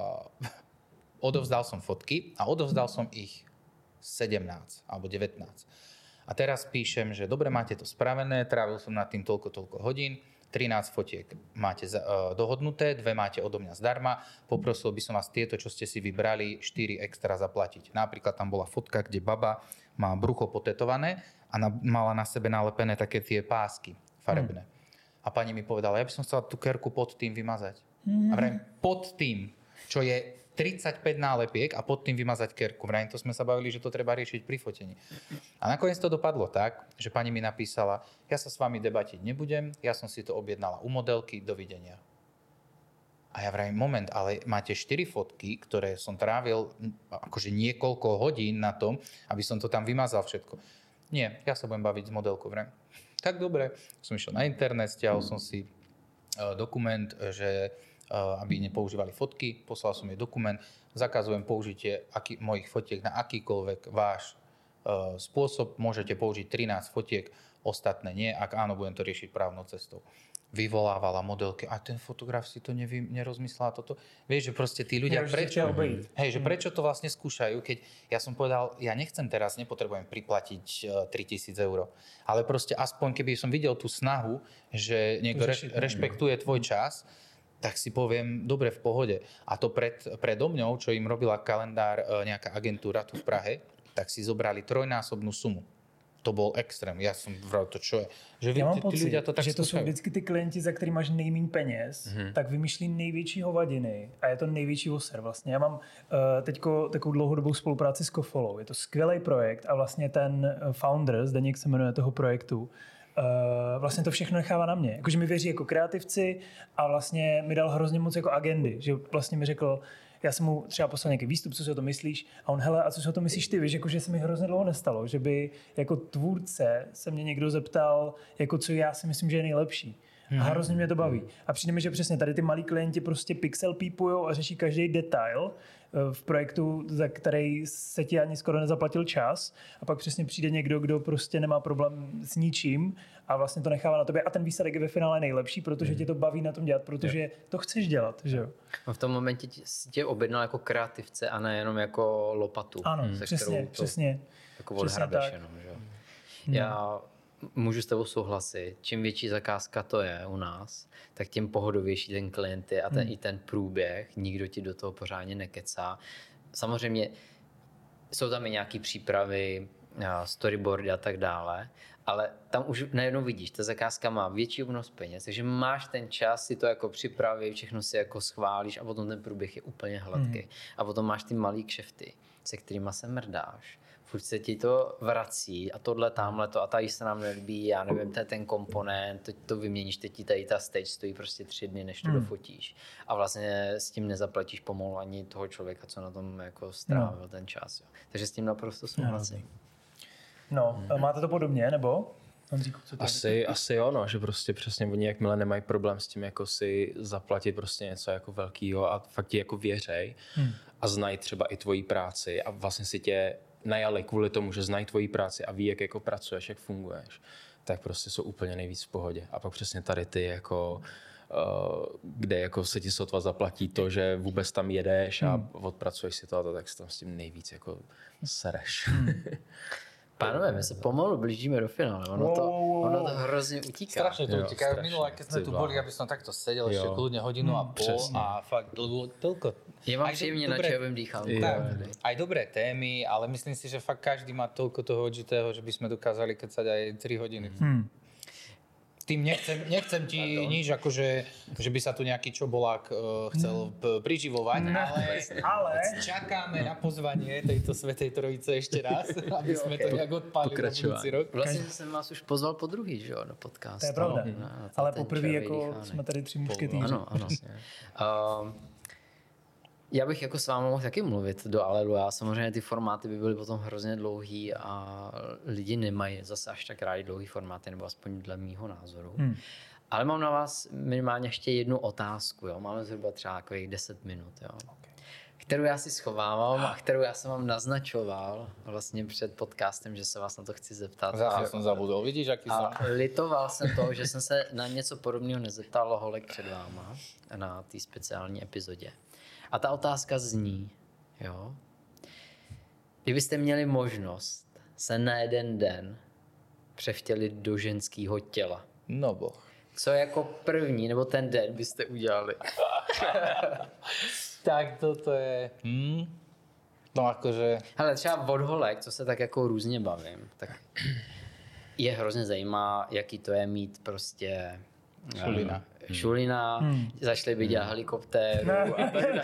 Odovzdal som fotky a odovzdal som ich 17 alebo 19. A teraz píšem, že dobre, máte to spravené, trávil som nad tým toľko hodín, 13 fotiek máte dohodnuté, 2 máte odo mňa zdarma, poprosil by som vás tieto, čo ste si vybrali, 4 extra zaplatiť. Napríklad tam bola fotka, kde baba má brucho potetované a mala na sebe nalepené také tie pásky farebné. A pani mi povedala, ja by som chcela tú kerku pod tým vymazať. A vrajím, pod tým, čo je 35 nálepiek a pod tým vymazať kerku. Vrajím, to sme sa bavili, že to treba riešiť pri fotení. A nakoniec to dopadlo tak, že pani mi napísala, ja sa s vami debatiť nebudem, ja som si to objednala u modelky, dovidenia. A ja vrajím, moment, ale máte 4 fotky, ktoré som trávil akože niekoľko hodín na tom, aby som to tam vymazal všetko. Nie, ja sa budem baviť s modelkou. Vrajím, tak dobre, som išiel na internet, stiahol som si dokument, že aby nepoužívali fotky, poslal som jej dokument, zakazujem použitie mojich fotiek na akýkoľvek váš spôsob, môžete použiť 13 fotiek, ostatné nie, ak áno, budem to riešiť právnou cestou. Vyvolávala modelky, a ten fotograf si to nerozmyslela toto. Vieš, že proste tí ľudia, prečo to vlastne skúšajú, keď ja som povedal, ja nechcem teraz, nepotrebujem priplatiť 3 000 eur, ale proste aspoň, keby som videl tú snahu, že niekto rešpektuje tvoj čas, tak si poviem, dobre, v pohode. A to predo mňou, čo im robila kalendár nejaká agentúra tu v Prahe, tak si zobrali 3-násobnú sumu. To bol extrém. Ja som vral to, čo je. Že já mám tí ľudia to tak že to jsou vždycky ty klienti, za který máš nejméně peněz, tak vymýšlí největší hovadiny a je to největší oser vlastně. Já mám teďko takovou dlouhodobou spolupráci s Kofolou. Je to skvělý projekt a vlastně ten founder, Zdeněk se jmenuje toho projektu, vlastně to všechno nechává na mě. Jakože mi věří jako kreativci a vlastně mi dal hrozně moc jako agendy, že vlastně mi řekl, já jsem mu třeba poslal nějaký výstup, co si o to myslíš, a on, hele, a co si o to myslíš ty, víš, jakože se mi hrozně dlouho nestalo, že by jako tvůrce se mě někdo zeptal, jako co já si myslím, že je nejlepší. A hrozně mě to baví. A přijde mi, že přesně tady ty malí klienti prostě pixel pípujou a řeší každý detail v projektu, za který se ti ani skoro nezaplatil čas, a pak přesně přijde někdo, kdo prostě nemá problém s ničím a vlastně to nechává na tobě a ten výsledek je ve finále nejlepší, protože tě to baví na tom dělat, protože to chceš dělat, že jo? V tom momentě si tě objednal jako kreativce a ne jenom jako lopatu. Ano, přesně. Jako odhrabeš jenom, že jo? Já můžu s tebou souhlasit. Čím větší zakázka to je u nás, tak tím pohodovější ten klient je a i ten průběh. Nikdo ti do toho pořádně nekecá. Samozřejmě jsou tam i nějaké přípravy, storyboardy a tak dále, ale tam už najednou vidíš, ta zakázka má větší obnos peněz, takže máš ten čas si to jako připravit, všechno si jako schválíš a potom ten průběh je úplně hladký. A potom máš ty malý kšefty, se kterýma se mrdáš. Furt se ti to vrací a tohle, tamhleto a tady se nám nelíbí, já nevím, to je ten komponent, teď to vyměníš, teď ti tady ta stage stojí prostě 3 dny, než to dofotíš. A vlastně s tím nezaplatíš pomalu ani toho člověka, co na tom jako strávil ten čas. Jo. Takže s tím naprosto souhlasím. No, máte to podobně, nebo? Honzíku, co to asi jo, no, že prostě přesně oni jakmile nemají problém s tím jako si zaplatit prostě něco jako velkýho a fakt ti jako věřej a znají třeba i tvoji práci a vlastně si tě najali kvůli tomu, že znají tvoji práci a ví, jak jako pracuješ, jak funguješ, tak prostě jsou úplně nejvíc v pohodě. A pak přesně tady ty jako kde jako se ti sotva zaplatí to, že vůbec tam jedeš a odpracuješ si to a to, tak tam s tím nejvíc jako sereš. Pánové, my se pomalu blížíme do finále, ono to hrozně utíká. Strašne to utíka. Minulé, keď sme tu boli, aby som takto sedel ešte kľudne hodinu a pol a fakt dlho, toľko. Je vám příjemně na čajovém dýchánku. Aj dobré témy, ale myslím si, že fakt každý má toľko toho odžitého, že by sme dokázali kecať aj 3 hodiny. Tým nechcem ti nič, akože, že by sa tu nejaký čobolák chcel priživovať, ale čakáme na pozvanie tejto Svätej Trojice ešte raz, aby sme to nejak odpálili na budúci rok. Vlastně jsem vás už pozval po druhý, že jo, do podcastu. To je pravda, ale poprvé jako jsme tady 3 mušketýři. Ano. Já bych jako s vámi mohl taky mluvit do Aleluja. Samozřejmě ty formáty by byly potom hrozně dlouhý a lidi nemají zase až tak rádi dlouhý formáty, nebo aspoň dle mýho názoru. Ale mám na vás minimálně ještě jednu otázku. Jo? Máme zhruba třeba takových 10 minut. Jo? Kterou já si schovávám a kterou já jsem vám naznačoval vlastně před podcastem, že se vás na to chci zeptat. Zase jsem zabudol, vidíš, aký jsem. A litoval jsem toho, že jsem se na něco podobného nezeptal holek před váma na té speciální epizodě. A ta otázka zní, jo, kdybyste měli možnost se na jeden den převtělit do ženského těla. No boh. Co jako první, nebo ten den byste udělali? Tak toto je... No akože... Hele, třeba od holek, co se tak jako různě bavím, tak je hrozně zajímá, jaký to je mít prostě... Šulina, začali by dělat helikoptéru a tak dále.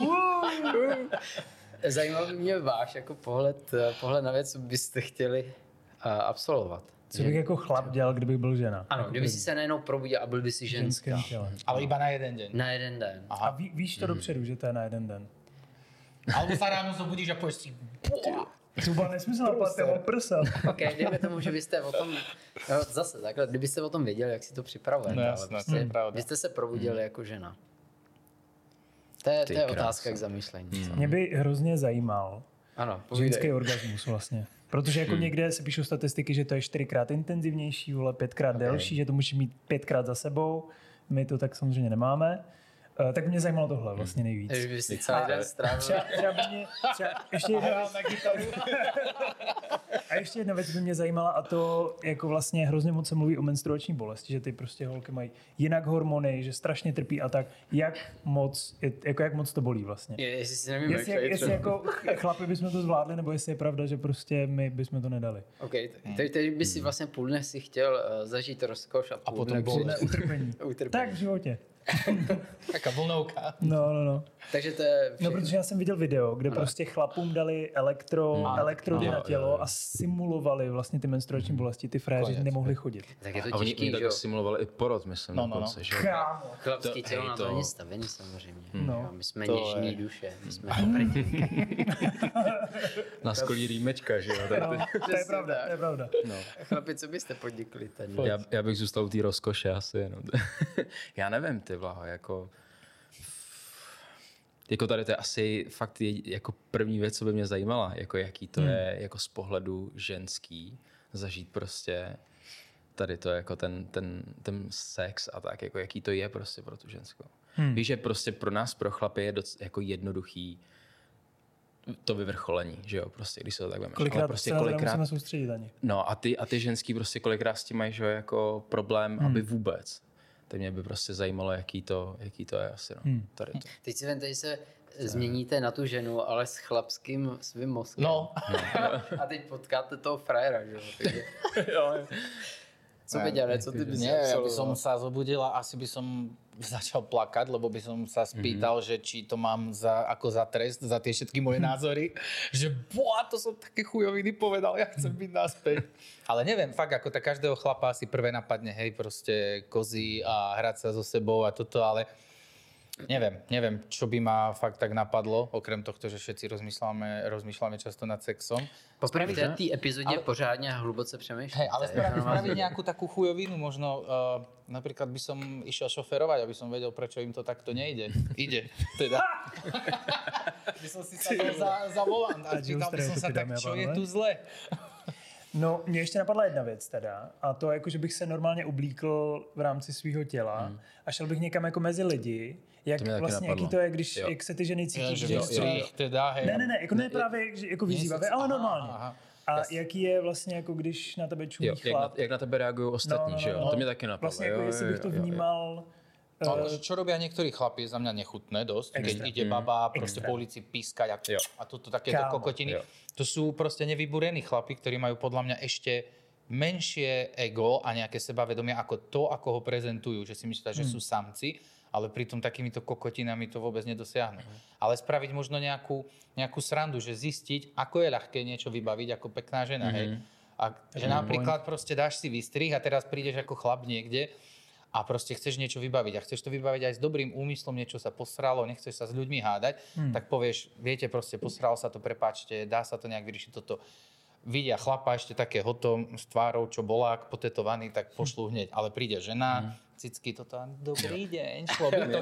Zajímavý mě váš jako pohled na věc, co byste chtěli absolvovat. Co bych jako chlap dělal, kdybych byl žena? Ano, kdyby si se najednou probudil a byl by si ženská. Ale iba na jeden deň. Na jeden den. A víš to dopředu, že to je na jeden den? Alebo sa ráno zobudíš a povieš si... Třeba nesmysl napadne prsa. Ok, dejme tomu, že byste o tom, no zase takhle, kdybyste o tom věděli, jak si to připravujete, no, jasné, ale prostě, pravda. byste se probudili jako žena. To je otázka k zamýšlení. Mě by hrozně zajímal ženský orgasmus vlastně. Protože jako někde se píšou statistiky, že to je 4x intenzivnější, 5x delší, že to musí mít 5x za sebou. My to tak samozřejmě nemáme. Tak mě zajímalo tohle vlastně nejvíc. Takže by si celý den strávil. A ještě jedna věc by mě zajímala, a to jako vlastně hrozně moc se mluví o menstruační bolesti, že ty prostě holky mají jinak hormony, že strašně trpí a tak. Jak moc to bolí vlastně? Jestli si nevím, jestli jako chlapi bychom to zvládli, nebo jestli je pravda, že prostě my bychom to nedali. OK, tedy by si vlastně půl dne si chtěl zažít rozkoš a půl dne utrpení. Tak v životě. Taká vlnovka. No. Takže to je všechno. No, protože já jsem viděl video, kde prostě chlapům dali elektrody na tělo a simulovali vlastně ty menstruační bolesti. Ty frajeři nemohli chodit. Tak je to a těžký, oni tak simulovali i porod, myslím, dokonce, že? Chlapský tělo na to není stavený samozřejmě. My jsme něžní duše, my jsme na skolí rýmečka, že jo? To je pravda. No. Chlapi, co byste podnikli ten? Já bych zůstal u té rozkoše asi jenom. Já nevím, ty blaho, jako tady to je asi fakt jako první věc, co by mě zajímala, jako jaký to je jako z pohledu ženský zažít prostě tady to jako ten sex a tak, jako jaký to je prostě pro tu ženskou. Víš, že prostě pro nás, pro chlapy je jako jednoduchý to vyvrcholení, že jo, prostě, když se to tak vemeš. Kolikrát prostě musíme soustředit ani. No a ty ženský prostě kolikrát s tím mají, že jo, jako problém, aby vůbec. Tak mě by prostě zajímalo, jaký to je asi. No. Tady to. Teď si vemte, že se změníte na tu ženu, ale s chlapským svým mozkem. No. A teď potkáte toho frajera, že jo. Takže... Co by dělali, co ty bys ja by som sa zobudil a asi by som začal plakať, lebo by som sa spýtal, že či to mám ako za trest, za tie všetky moje názory, že to som také chujoviny povedal, ja chcem byť naspäť. Ale neviem, fakt, ako tak každého chlapa asi prvé napadne, hej, proste kozy a hrať sa so sebou a toto, ale neviem, čo by ma fakt tak napadlo, okrem tohto, že všetci rozmýšľame často nad sexom. Poprvé v té epizodě pořádně hluboce přemýšlím. Hej, ale spraviť nejakú takú chujovinu, možno napríklad by som išiel šoferovať, aby som vedel, prečo im to takto nejde. Ide, teda. By som si sadol za volant a pýtal by som sa tak, čo je tu zle. No, mě ještě napadla jedna věc teda, a to jako, že bych se normálně oblíkl v rámci svého těla a šel bych někam jako mezi lidi, jak vlastně, jaký to je, když jak se ty ženy cítí. Že teda, hej. Ne, jako ne právě jako vyzývavé, ale normálně. A jaký je vlastně, jako když na tebe čumí chlap? Jak na tebe reagují ostatní, že jo? To mě taky napadlo. Vlastně jako jestli bych to vnímal... No, čo robia niektorí chlapi, za mňa nechutné dosť, keď ide baba proste po ulici pískať a toto takéto kokotiny. To sú proste nevybúrení chlapi, ktorí majú podľa mňa ešte menšie ego a nejaké sebavedomie ako to, ako ho prezentujú, že si myslia, že sú samci, ale pritom takýmito kokotinami to vôbec nedosiahnu. Ale spraviť možno nejakú srandu, že zistiť, ako je ľahké niečo vybaviť ako pekná žena, hej. A že napríklad proste dáš si výstrih a teraz prídeš ako chlap niekde a proste chceš niečo vybaviť a chceš to vybaviť aj s dobrým úmyslom, niečo sa posralo, nechceš sa s ľuďmi hádať, tak povieš, viete, proste posralo sa to, prepáčte, dá sa to nejak vyriešiť toto. Vidia chlapa ešte také hotom s tvárou, čo bolák, potetovaný, tak pošlú hneď. Ale príde žena, cicky, toto, dobrý deň, šlo by to.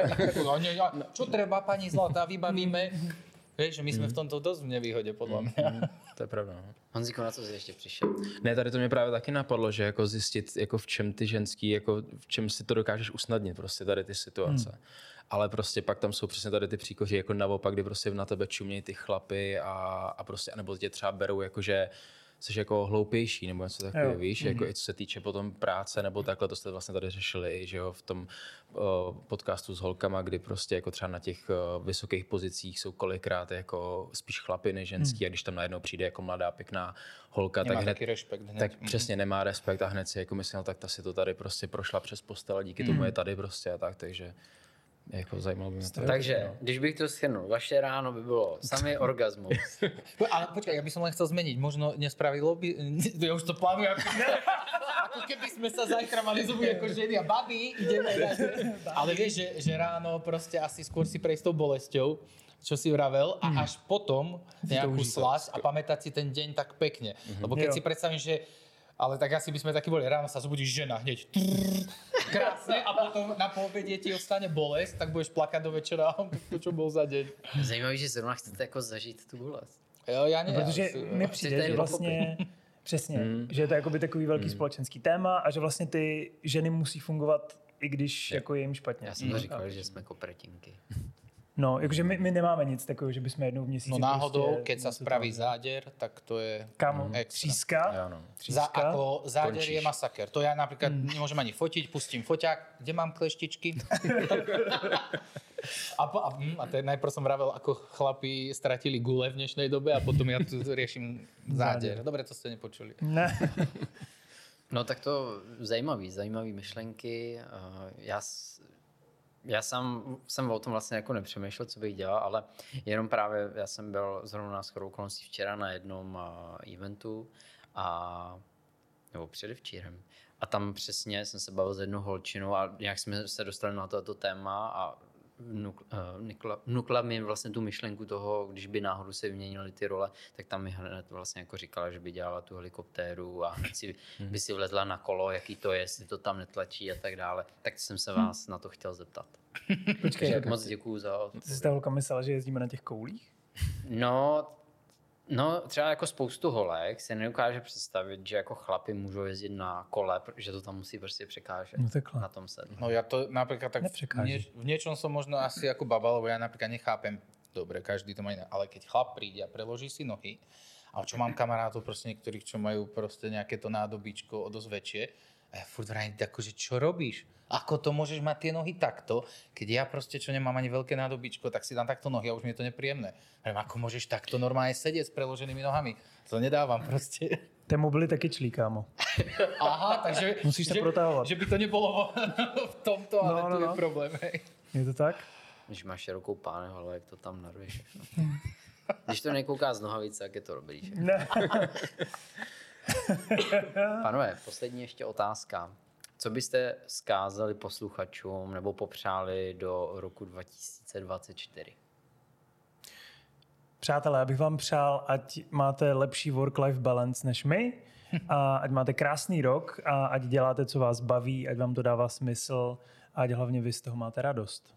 Čo treba, pani Zlatá, vybavíme. Vieš, že my sme v tomto dosť v nevýhode, podľa mňa. To je pravda. No. Honzíku, na co jsi ještě přišel? Ne, tady to mě právě taky napadlo, že jako zjistit, jako v čem ty ženský, jako v čem si to dokážeš usnadnit, prostě tady ty situace. Ale prostě pak tam jsou přesně tady ty příkoří, jako naopak, kdy prostě na tebe čumějí ty chlapy a prostě, anebo tě třeba berou jako, že jsi jako hloupější nebo něco takového, víš, jako i co se týče potom práce nebo takhle, to jste vlastně tady řešili, že jo, v tom podcastu s holkama, kdy prostě jako třeba na těch vysokých pozicích jsou kolikrát jako spíš chlapy než ženský a když tam najednou přijde jako mladá pěkná holka, nemá tak hned, taký respekt hned. tak přesně nemá respekt a hned si jako myslel, tak ta si to tady prostě prošla přes postel a díky tomu je tady prostě a tak, takže jako zajímalo by mě to. Takže, když bych to shrnul, vaše ráno by bylo samý orgasmus. Ale počkaj, ja by som len chcel zmeniť. Možno nespravilo by... Ja už to plánujem. Ako keby sme sa zajtra mali zobuť ako ženy a babi, ideme. Ale vieš, že ráno proste asi skôr si prejsť tou bolesťou, čo si vravel, a až potom nejakú slasť a pamätať si ten deň tak pekne. Lebo keď si predstavím, že ale tak asi by sme takí boli, ráno sa zobudíš žena hneď. Krásne a potom na poobede ti ostane bolesť, tak budeš plakať do večera, to čo bol za deň. Zajímavý, že zrovna chcete jako zažít tu bolest. Jo, já ne. Protože mi přijde, že vlastně přesně, že je to jakoby takový velký společenský téma a že vlastně ty ženy musí fungovat, i když jako je jim špatně. Já jsem to říkal, že jsme kopretinky. No, jakože my nemáme nic takového, že bychom jednou v měsíci... No náhodou, prostě, keď sa spraví záder, tak to je... Kámo, tříska? Záder je masaker. To ja napríklad nemôžem ani fotiť, pustím foťák, kde mám kleštičky. a najprv som vravel, ako chlapi stratili gule v dnešnej dobe a potom ja tu riešim záder. Dobre, to ste nepočuli. Ne. No tak to zajímavý myšlenky. Já jsem o tom vlastně jako nepřemýšlel, co bych dělal, ale jenom právě já jsem byl zrovna shodou okolností včera na jednom eventu nebo předevčírem. A tam přesně jsem se bavil s jednou holčinou a nějak jsme se dostali na toto téma a vnukla mi vlastně tu myšlenku toho, když by náhodou se vyměnily ty role, tak tam mi hned vlastně jako říkala, že by dělala tu helikoptéru a hned by si vlezla na kolo, jaký to je, jestli to tam netlačí a tak dále. Tak jsem se vás na to chtěl zeptat. Počkej, moc děkuju za odpověď. Jsi ta holka myslela, že jezdíme na těch koulích? No, třeba jako spoustu holek si nedokáže představit, že jako chlapi můžou jezdit na kole, protože to tam musí prostě překážet. No takhle. Na tom sedle. No ja to napríklad tak v niečom som možno asi ako baba, lebo ja napríklad nechápem, dobre, každý to má iné, ale keď chlap príde a preloží si nohy, a čo mám kamarátov proste niektorých, čo majú proste nejaké to nádobičko o dosť väčšie, a ja furt vrajím, akože čo robíš? Ako to môžeš mať tie nohy takto, keď ja proste, čo nemám ani veľké nádobičko, tak si dám takto nohy a už mi je to nepríjemné. Ako môžeš takto normálne sedieť s preloženými nohami? To nedávam proste. Té mobily taky člí, kámo. Aha, takže... Musíš se protahovat. Že by to nebolo v tomto, ale tu je problém. Hej. Je to tak? Když máš širokou pánev, ale jak to tam narveš všechno. Když to nekouká z nohavice, tak je to dobrý. Že? Ne. Panové, poslední ještě otázka. Co byste vzkázali posluchačům nebo popřáli do roku 2024? Přátelé, já bych vám přál, ať máte lepší work-life balance než my, a ať máte krásný rok a ať děláte, co vás baví, ať vám to dává smysl a ať hlavně vy z toho máte radost.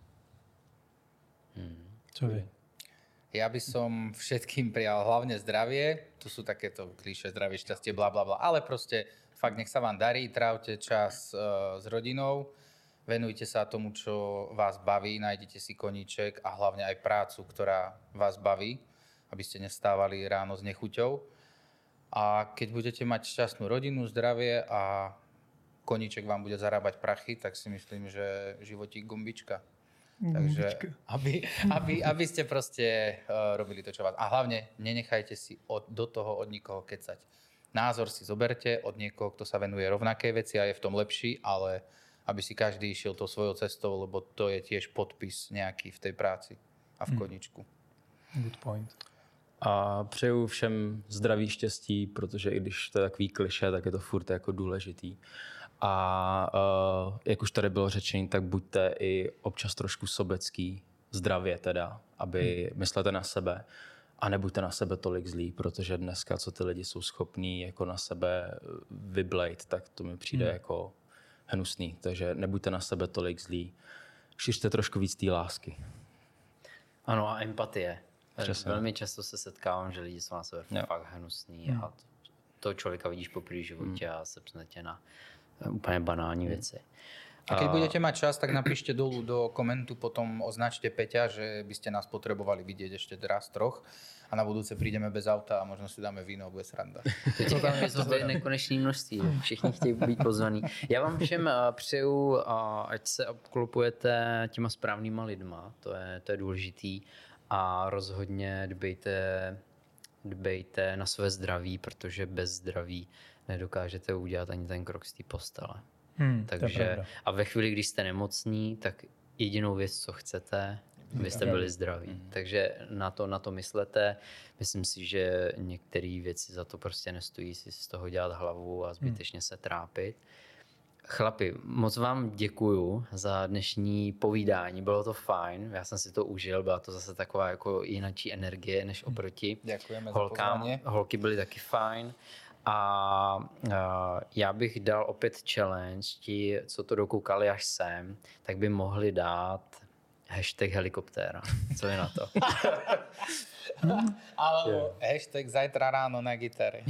Co vy? Ja by som všetkým prijal hlavne zdravie. Tu sú takéto klíše, zdravie, šťastie, bla bla bla. Ale proste fakt nech sa vám darí, trávte čas s rodinou, venujte sa tomu, čo vás baví, nájdete si koníček a hlavne aj prácu, ktorá vás baví, aby ste nestávali ráno s nechuťou. A keď budete mať šťastnú rodinu, zdravie a koníček vám bude zarábať prachy, tak si myslím, že životík gumbička. Takže aby ste proste robili to, čo vás... A hlavne nenechajte si do toho od nikoho kecať. Názor si zoberte od niekoho, kto sa venuje rovnaké veci a je v tom lepší, ale aby si každý išiel tou svojou cestou, lebo to je tiež podpis nejaký v tej práci a v koníčku. Good point. A přeju všem zdraví, štěstí, protože i když to je takový klišé, tak je to furt jako důležitý. A jak už tady bylo řečeno, tak buďte i občas trošku sobecký, zdravě teda, aby myslete na sebe a nebuďte na sebe tolik zlí, protože dneska, co ty lidi jsou schopní jako na sebe vyblejt, tak to mi přijde jako hnusný. Takže nebuďte na sebe tolik zlí. Šiřte trošku víc té lásky. Ano, a empatie. Přesně. Velmi často se setkávám, že lidi jsou na sebe fakt hnusný a to člověka vidíš poprvé v životě a sepsne tě na úplně banální věci. A keď budete mať čas, tak napíšte dolu do komentu, potom označte Peťa, že by ste nás potrebovali vidieť ešte raz troch a na budúce prídeme bez auta a možno si dáme víno a bude sranda. To tam je nekonečné množství, všichni chtějí být pozvaný. Já vám všem přeju, ať se obklopujete těma správnýma lidma, to je důležitý a rozhodně dbejte na své zdraví, protože bez zdraví nedokážete udělat ani ten krok z té postele. Takže a ve chvíli, když jste nemocní, tak jedinou věc, co chcete, abyste byli zdraví. Takže na to myslete. Myslím si, že některé věci za to prostě nestojí si z toho dělat hlavu a zbytečně se trápit. Chlapi, moc vám děkuju za dnešní povídání, bylo to fajn, já jsem si to užil, byla to zase taková jako jinačí energie než oproti Děkujeme holkám. Za pozvání. Holky byly taky fajn. A já bych dal opět challenge, ti, co to dokoukali až sem, tak by mohli dát hashtag helikoptéra. Co je na to? Alebo hashtag zajtra ráno na gitare.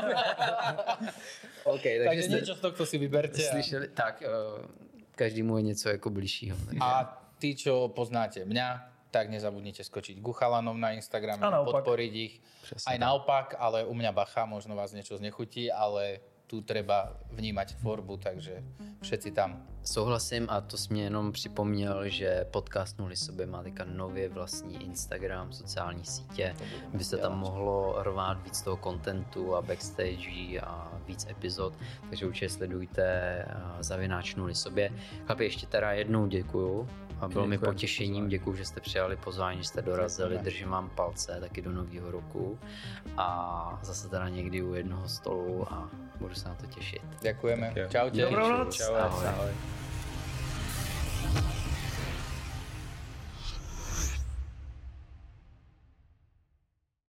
Okay, takže niečo z tohto si vyberte. Slyšeli? Tak, každému je něco jako bližšího. Takže... A tí, čo poznáte mňa, tak nezabudnite skočiť ku chalanom na Instagrame, podporiť ich. Přesně aj naopak, ale u mňa bacha, možno vás niečo znechutí, ale tu treba vnímať tvorbu, takže všetci tam. Souhlasím a to jsi mě jenom připomněl, že podcast Nuli sobě má teďka nově vlastní Instagram, sociální sítě, by se tam mohlo rvát víc toho kontentu a backstage a víc epizod, takže určitě sledujte @ Nuli sobě. Chlapi, ještě teda jednou děkuju a bylo mi potěšením, děkuju, že jste přijali pozvání, že jste dorazili, držím vám palce taky do nového roku a zase teda někdy u jednoho stolu a budu se na to těšit. Ďakujeme. Čaute. Dobrou noc. Ahoj.